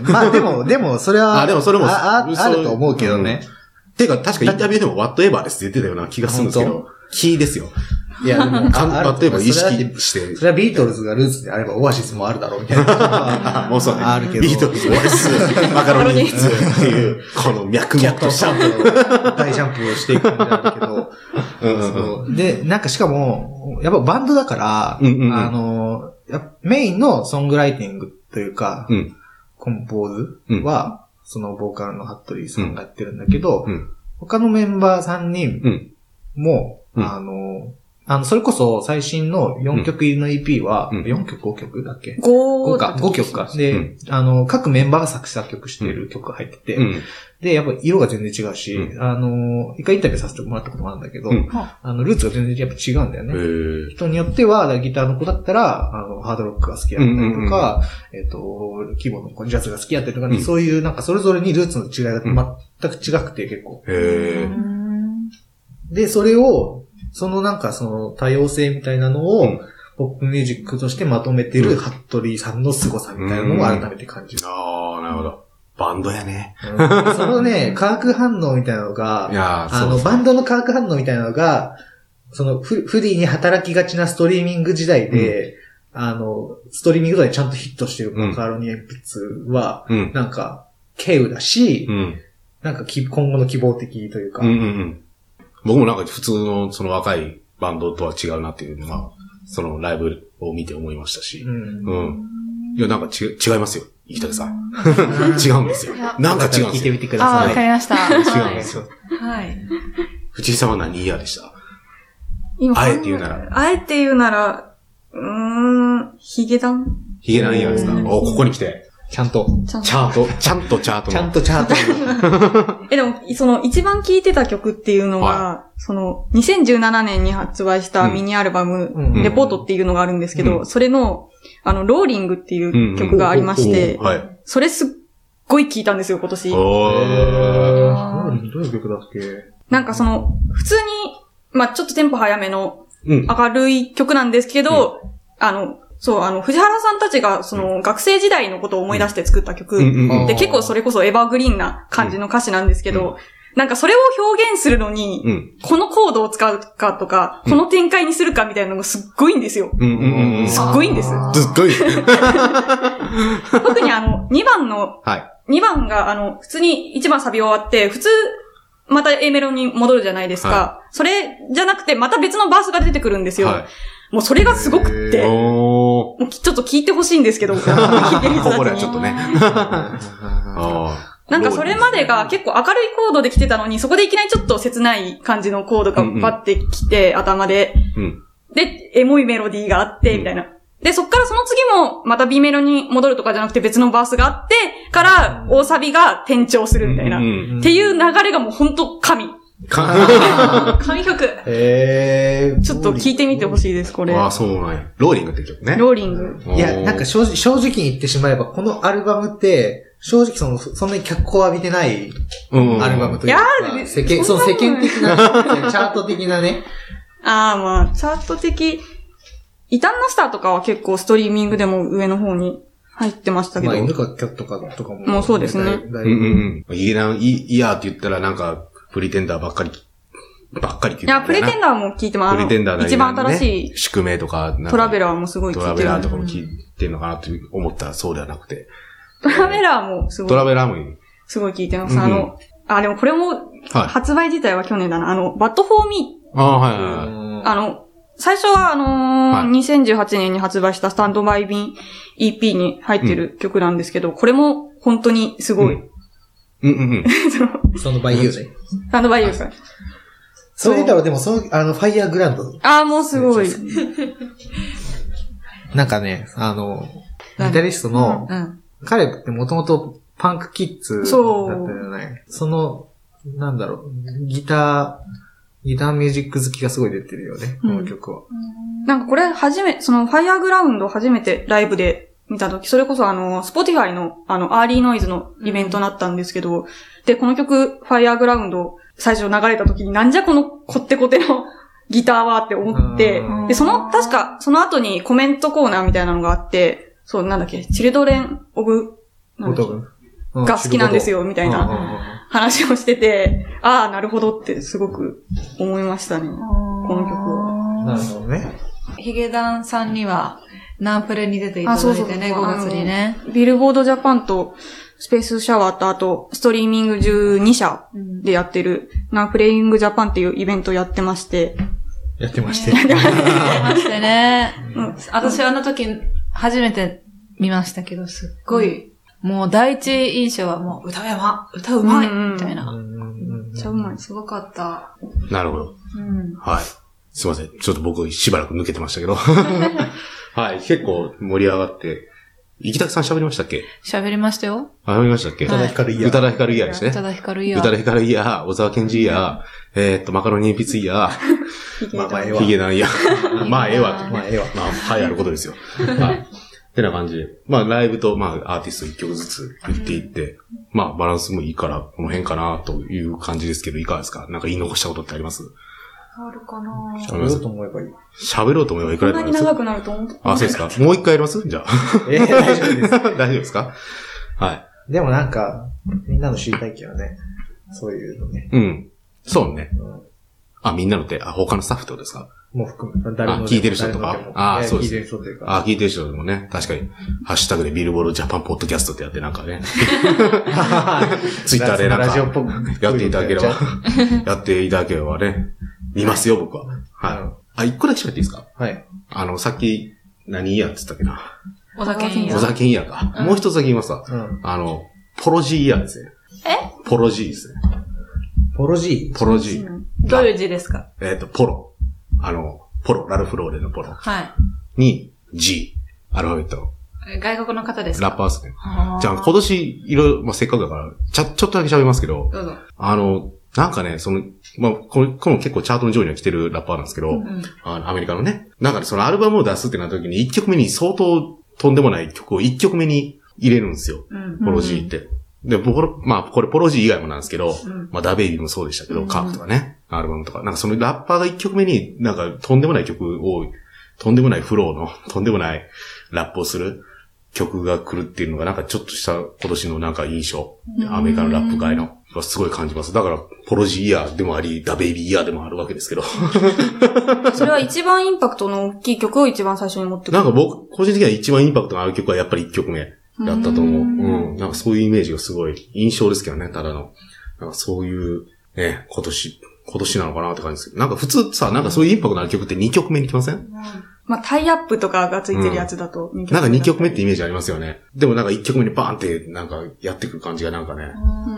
うん、まあでも、でも、それは、 あ、でもそれも、 あ、ああると思うけどね。 うん、てか、確かインタビューでも whatever ですって言ってたような気がするんですけど、キーですよ。 いや、でも、 whatever 意識して。 それはビートルズがルーツであればオアシスもあるだろうみたいな。 もうそうね。 あるけど。 ビートルズ、オアシス、マカロニ鉛筆っていう、この脈々とした。 大ジャンプをしていくんじゃないけど。うんうん、で、なんかしかも、やっぱバンドだから、うんうんうん、あの、メインのソングライティングというか、うん、コンポーズは、うん、そのボーカルのハットリーさんがやってるんだけど、うん、他のメンバーさんにんも、うん、あの、あの、それこそ最新のよんきょく入りの イーピー は、うん、よんきょくごきょくだっけ ?ご か、ごきょくか。で、うん、あの、各メンバーが作詞作曲している曲が入ってて、うん、で、やっぱり色が全然違うし、うん、あの、一回インタビューさせてもらったこともあるんだけど、うん、あの、ルーツが全然やっぱ違うんだよね。人によっては、ギターの子だったら、あの、ハードロックが好きだったりとか、えっと、規模の子ジャズが好きだったりとか、ねうん、そういうなんかそれぞれにルーツの違いが全く違くて結構。 へで、それを、そのなんかその多様性みたいなのを、うん、ポップミュージックとしてまとめてるハットリーさんの凄さみたいなのを改めて感じる。 ああ、なるほど。バンドやね。 うん、そのね、化学反応みたいなのが、 いやあの、バンドの化学反応みたいなのが、そのフ、フリーに働きがちなストリーミング時代で、うん、あの、ストリーミングでちゃんとヒットしてるマカロニ鉛筆は、うん、なんか、稀有だし、うん、なんか今後の希望的というか、 うんうんうん僕もなんか普通のその若いバンドとは違うなっていうのが、そのライブを見て思いましたし。うん。うん、いや、なんかち違いますよ。生田さん。違うんですよ。なんか違うんですよ。 聞いてみてください。 あ、わかりました。 違うんですよ。 はい。 藤井さんは何嫌でした今あえて言うなら。 あえて言うなら、うーん、ヒゲダンヒゲダン嫌ですかお、ここに来て。 ちゃんと。 チャート。ちゃんとチャート。 ちゃんとチャート。 え、でも、その、一番聴いてた曲っていうのが、はい、その、にせんじゅうななねんに発売したミニアルバム、うん、レポートっていうのがあるんですけど、うん、それの、あの、ローリングっていう曲がありまして、それすっごい聴いたんですよ、今年。 ローリングどういう曲だっけなんかその、普通に、まあちょっとテンポ早めの、明るい曲なんですけど、うん、あの、そう、あの、藤原さんたちが、その、学生時代のことを思い出して作った曲、で、結構それこそエバーグリーンな感じの歌詞なんですけど、なんかそれを表現するのに、このコードを使うかとか、この展開にするかみたいなのがすっごいんですよ。すっごいんです。 すっごい。 特にあの、にばんの、にばんが、あの、普通にいちばんサビ終わって、普通、 また A メロに戻るじゃないですか。はい、それじゃなくて、また別のバースが出てくるんですよ。はい、もうそれがすごくって、もうちょっと聞いてほしいんですけど、聞いてる人たちに。 これはちょっとね。 なんかそれまでが結構明るいコードで来てたのに、そこでいきなりちょっと切ない感じのコードがバッて来て、うんうん、頭で、うん。で、エモいメロディーがあって、みたいな。で、そっからその次も、また B メロに戻るとかじゃなくて別のバースがあって、から、大サビが転調するみたいな。っていう流れがもうほんと神。神曲。へー。ちょっと聞いてみてほしいです、これ。 ああ、そうなんや。ローリングって曲ね。 ローリング。 いや、なんか正直、正直に言ってしまえば、このアルバムって、正直その、そんなに脚光を浴びてないアルバムというか、うん、いや世間、その世間的な、チャート的なね。 ああ、まあ、チャート的、異端なスターとかは結構ストリーミングでも上の方に入ってましたけど。まあ、 犬かキャットかとかも。 もうそうですね。 うんうんうん。いいな、いい、いやって言ったらなんか、プリテンダーばっかり、ばっかり聞いてる。 いや、プリテンダーも聞いてます。プリテンダー一番新しい。 宿命とか、 トラベラーもすごい聞いてる。 トラベラーとかも聞いてるのかなと思ったらそうではなくて。 トラベラーもすごい。 トラベラーもいい。 すごい聞いてます。あの、あ、でもこれも、発売自体は去年だな。あの、バッドフォーミー。ああ、はいはいはい。 あの、最初はあのー、にせんじゅうはちねんに発売したスタンドバイビン イーピー に入ってる曲なんですけど、これも本当にすごい。うんうんうん。 スタンドバイユーね。 スタンドバイユーか。 それらはでもその、あの、ファイヤーグランド。 ああ、もうすごい。 なんかね、あの、ギタリストの、うんうん、彼ってもともとパンクキッズだったよね。その、なんだろう、ギター、ギターミュージック好きがすごい出てるよね、この曲は。 うん、なんかこれ初め、そのファイアーグラウンド初めてライブで見たとき、それこそあの、スポティファイのあの、アーリーノイズのイベントになったんですけど、うん、で、この曲、ファイアーグラウンド最初流れたときになんじゃこのこってこてのギターはって思って、で、その、確かその後にコメントコーナーみたいなのがあって、そう、なんだっけ、チルドレン・オブ、なんだっけ、が好きなんですよ、みたいな話をしてて、ああ、なるほどってすごく思いましたね、この曲は。 なるほどね。 ヒゲダンさんには、ナンプレに出ていただいてね、そうそうそうごがつにね。 ビルボードジャパンとスペースシャワーとあと、ストリーミングじゅうにしゃでやってる、うん、ナンプレイングジャパンっていうイベントやってまして。 やってまして。 やってましてね。うん、私あの時、初めて見ましたけど、すっごい、うん、もう第一印象はもう歌うま、歌うまい、みたいな。めっちゃうまい。すごかった。 なるほど。うん、はい。すいません。ちょっと僕しばらく抜けてましたけど。はい。結構盛り上がって。池田さん喋りましたっけ？ 喋りましたよ。 喋りましたっけ？ 宇多田ヒカルイヤー。 宇多田ヒカルイヤーですね。 宇多田ヒカルイヤー。 宇多田ヒカルイヤー、小沢健二イヤー、えーっと、マカロニ鉛筆イヤー。まあまあ、 ええわ。ヒゲダンイヤー。まあ、ええわ。まあ、ええわ。まあ、はい、あることですよ。はい。ってな感じで。まあ、ライブと、まあ、アーティスト一曲ずつ言っていって、まあ、バランスもいいから、この辺かな、という感じですけど、いかがですか？なんか言い残したことってあります？ あるかなぁ。 喋ろうと思えばいい。 喋ろうと思えばいくらでもあります。こんなに長くなると思って。 あ、そうですか。もう一回やりますじゃあ。 えー、大丈夫です。 大丈夫ですか？はい。 でもなんか、みんなの知りたいけどね。そういうのね。 うん。そうね。うん、あ、みんなのって、あ、他のスタッフってことですか？ もう含む。誰も。あ、聞いてる人とか。あ、そうです。 聞いてる人というか。 あ、聞いてる人でもね。確かに。ハッシュタグでビルボードジャパンポッドキャストってやってなんかね。ツイッターでなんか、やっていただければ、やっていただければね。見ますよ、僕は。はい。あ、一個だけ喋っていいですか？ はい。 あの、さっき、何イヤーって言ったっけな。 お酒イヤー。 お酒イヤーか。もう一つだけ言いますわ。あの、ポロジーイヤーですね。 え？ ポロジーですね。 ポロジー？ ポロジー。 どういう字ですか？ えっと、ポロ。あの、ポロ、ラルフローレのポロ。 はい。 に、G。アルファベットの。 外国の方ですか？ ラッパーですね。じゃあ、今年、いろいろ、まあ、せっかくだから、ちょ、ちょっとだけ喋りますけど。 どうぞ。 あの、なんかね、その、まあ、これ、この結構チャートの上位には来てるラッパーなんですけど、うん、あのアメリカのね。なんかね、そのアルバムを出すってなった時に、いっきょくめに相当とんでもない曲をいっきょくめに入れるんですよ。うん、ポロジーって。で、僕、まあ、これポロジー以外もなんですけど、うん、まあ、ダベイビーもそうでしたけど、うん、カープとかね、アルバムとか、なんかそのラッパーがいっきょくめになんかとんでもない曲を、とんでもないフローの、とんでもないラップをする曲が来るっていうのがなんかちょっとした今年のなんか印象。アメリカのラップ界の。すごい感じます。だから、ポロジーイヤーでもあり、ダベイビーイヤーでもあるわけですけど。 それは一番インパクトの大きい曲を一番最初に持ってくる。 なんか僕、個人的には一番インパクトがある曲はやっぱりいっきょくめだったと思う。うん。うん。なんかそういうイメージがすごい、印象ですけどね、ただの。なんかそういうね、今年、今年なのかなって感じですけど、なんか普通さ、なんかそういうインパクトのある曲ってにきょくめに来ません？ まあ、タイアップとかがついてるやつだと、 うん、なんかにきょくめってイメージありますよね。でもなんかいっきょくめにバーンってなんかやってくる感じがなんかね。うん、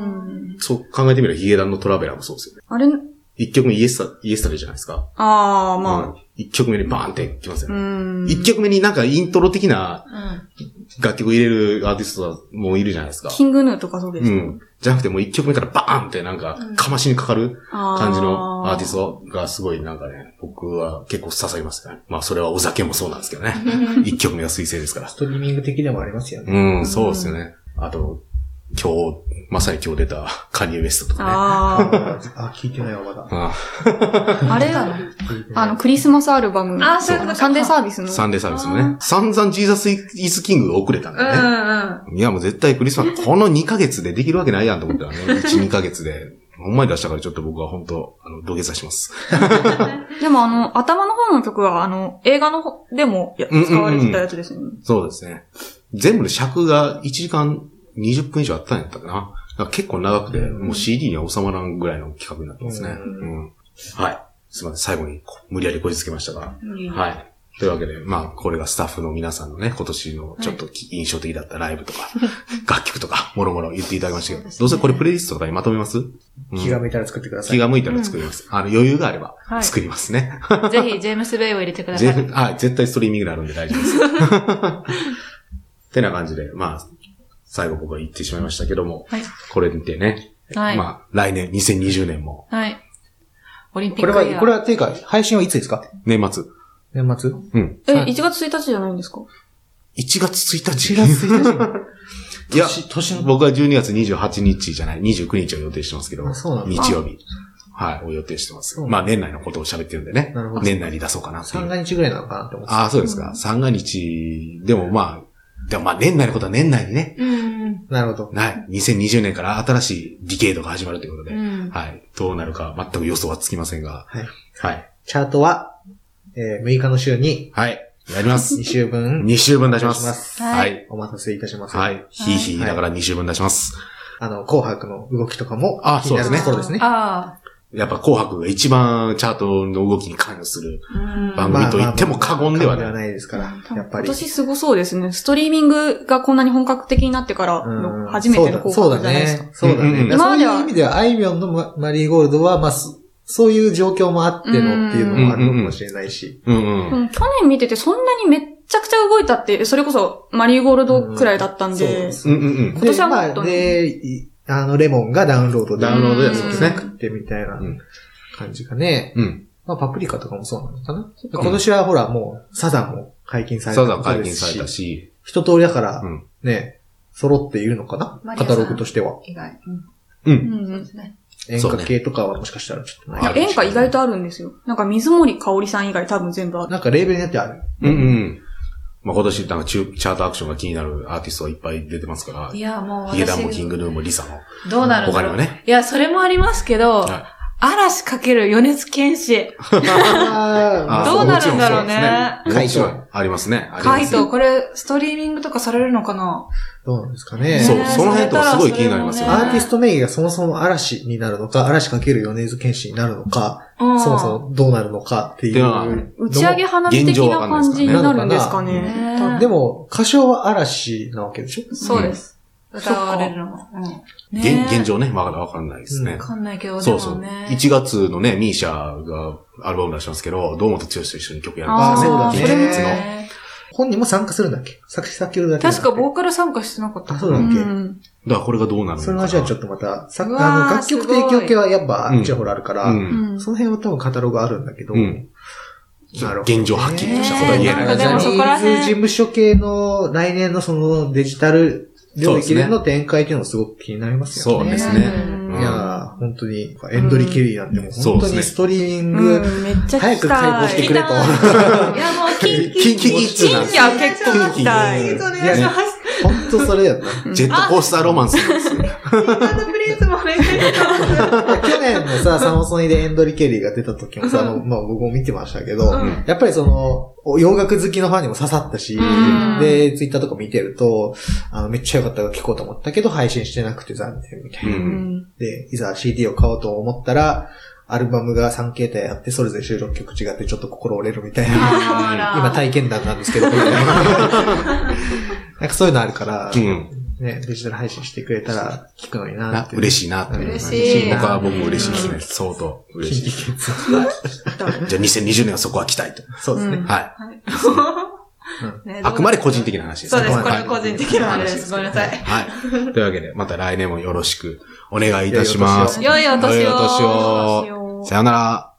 そう考えてみればヒゲダンのトラベラーもそうですよね。 あれいっきょくめイエスタ、イエスタデーじゃないですか。 ああ、まあ。 うん、いっきょくめにバーンって来ますよね。いっきょくめになんかイントロ的な楽曲入れるアーティストもいるじゃないですか。 キングヌーとかそうですか、うん。 じゃなくてもういっきょくめからバーンってなんか、かましにかかる感じのアーティストがすごいなんかね、僕は結構刺さりますね。まあそれはお酒もそうなんですけどね。いっきょくめは彗星ですから。 ストリーミング的でもありますよね。 うん、そうですよね。あと、今日、まさに今日出たカニエ・ウエストとかね。 ああ、聞いてないわ、まだ。 あ, あれあの、クリスマスアルバム。 あ、そういうサンデーサービスの。 サンデーサービスのね。散々ジーザス・イズ・キングが遅れたんだよね。うんうん。いや、もう絶対クリスマス、このにかげつでできるわけないやんと思ったらね。いち、にかげつで。ほんまに出したからちょっと僕は本当あの、土下座します。 でもあの、頭の方の曲はあの、映画の方でも使われてたやつですね、うんうんうん。 そうですね。全部で尺がいちじかんにじゅっぷん以上あったんやったかな。結構長くて、もう シーディー には収まらんぐらいの企画になってますね。うんうん、はい。すみません。最後に無理やりこじつけましたが。うん、はい。というわけで、まあ、これがスタッフの皆さんのね、今年のちょっと印象的だったライブとか、はい、楽曲とか、もろもろ言っていただきましたけど、どうせこれプレイリストとかにまとめます？うん、 気が向いたら作ってください。 気が向いたら作ります。うん、あの、余裕があれば作りますね。 はい、ぜひ、ジェームス・ベイを入れてください。 はい。絶対ストリーミングになるんで大丈夫です。ってな感じで、まあ、最後僕は言ってしまいましたけども、はい、これ見てね、はい、まあ、来年、にせんにじゅうねんも。 はい。オリンピック。 これは、これは、ていうか、配信はいつですか？ 年末。 年末？ うん。 え、いちがつついたちじゃないんですか？ いちがつついたち。 いちがつついたち。 いや、年の僕はじゅうにがつにじゅうはちにちじゃない、にじゅうくにちを予定してますけど、 そうなん日曜日。はい、を予定してます。まあ、年内のことを喋ってるんでね。なるほど。年内に出そうかなっていう。 三が日ぐらいなのかなって思って。 ああ、そうですか。三が日、でもまあ、でもまあ年内のことは年内にね。 うん。 なるほど。 はい。にせんにじゅうねんから新しいディケードが始まるということで。うん、はい。どうなるか全く予想はつきませんが。 はい。 はい。 チャートは、えー、むいかの週に。 はい。やります。 に週分。 に週分出します。 はい。 お待たせいたします。 はい。ひいひいだからに週分出します。 あの、紅白の動きとかも気になるところですね。 ああ。 やっぱ紅白が一番チャートの動きに関与する番組と言っても過言ではない。 過言ではないですから、やっぱり。 今年すごそうですね。ストリーミングがこんなに本格的になってからの初めての紅白じゃないですか。 そうだね。そうだね。今までは。そういう意味では、あいみょんのマリーゴールドは、まあ、そういう状況もあってのっていうのもあるのかもしれないし。 うんうんうん、 去年見ててそんなにめっちゃくちゃ動いたって、それこそマリーゴールドくらいだったんで。 うんうんうん、 今年はもっと、 ね。で、あの、レモンがダウンロードで。 ダウンロードやそうですね。 ってみたいな感じかね。 うん。 まあ、パプリカとかもそうなのかな。今年はほら、もう、サザンも解禁された。 サザン解禁されたし。 一通りだから、ね、揃っているのかなカタログとしては。 意外。 うん。うん。 演歌系とかはもしかしたらちょっとない。 いや、演歌意外とあるんですよ。なんか水森かおりさん以外多分全部ある。 なんかレーベルによってある。 うんうん。まあ、今年なんかチャートアクションが気になるアーティストがいっぱい出てますから。 いや、もう。 ヒゲダンもキングヌーもリサも。 どうなるの？ 他にはね。 いや、それもありますけど、はい、嵐かける米津玄師。どうなるんだろうね。 もちろんありますね。 カイト、これ、ストリーミングとかされるのかな？ どうなんですかね。 そう、その辺とかすごい気になりますよね。 アーティスト名義がそもそも嵐になるのか、嵐かける米津玄師になるのか、そもそもどうなるのかっていう。 打ち上げ花火的な感じになるんですかね。 でも、歌唱は嵐なわけでしょ？ そうです。歌われるのも。 現状ね、まだわかんないですね。 わかんないけど、 そうそう。いちがつのね、ミーシャがアルバム出しますけど、堂本剛と一緒に曲やるんですよね。 そうだね。本人も参加するんだっけ？作詞作曲だけ。 確かボーカル参加してなかった。 あ、そうだっけ？ だからこれがどうなるのか。 それはじゃあちょっとまた、あの、楽曲提供系はやっぱちらほらあるから、その辺は多分カタログあるんだけど、なるほど。現状はっきりとしたことは言えない。 ジャニーズ事務所系の来年のそのデジタル領域での展開っていうのもすごく気になりますよね。 そうですね。 いやー、本当に、エンドリー・ケリーなんてもう本当にストリーミング、早く解放してくれと。いや、もう、キンキ、キンキは結構聞きたい。 ほんとそれやった。 ジェットコースターロマンスなんですよ。 プリンスもお願いします。 去年のさ、サマソニでエンドリ・ケリーが出た時もさ、あの、まあ、僕も見てましたけど、うん、やっぱりその、洋楽好きのファンにも刺さったし、で、ツイッターとか見てると、あの、めっちゃ良かったから聞こうと思ったけど、配信してなくて残念みたいな。うん、で、いざ シーディー を買おうと思ったら、アルバムがさん形態あって、それぞれ収録曲違ってちょっと心折れるみたいな。今体験談なんですけど、なんかそういうのあるから、うんね、デジタル配信してくれたら聞くのになって。 嬉しいなって。 嬉しい。 僕は僕も嬉しいですね。相当嬉しい。じゃあにせんにじゅうねんはそこは期待と。 そうですね。 はい。あくまで個人的な話です。 そうです。これは個人的な話です。ごめんなさい。 はい。というわけで、また来年もよろしくお願いいたします。 良いお年を。 良いお年を。さよなら。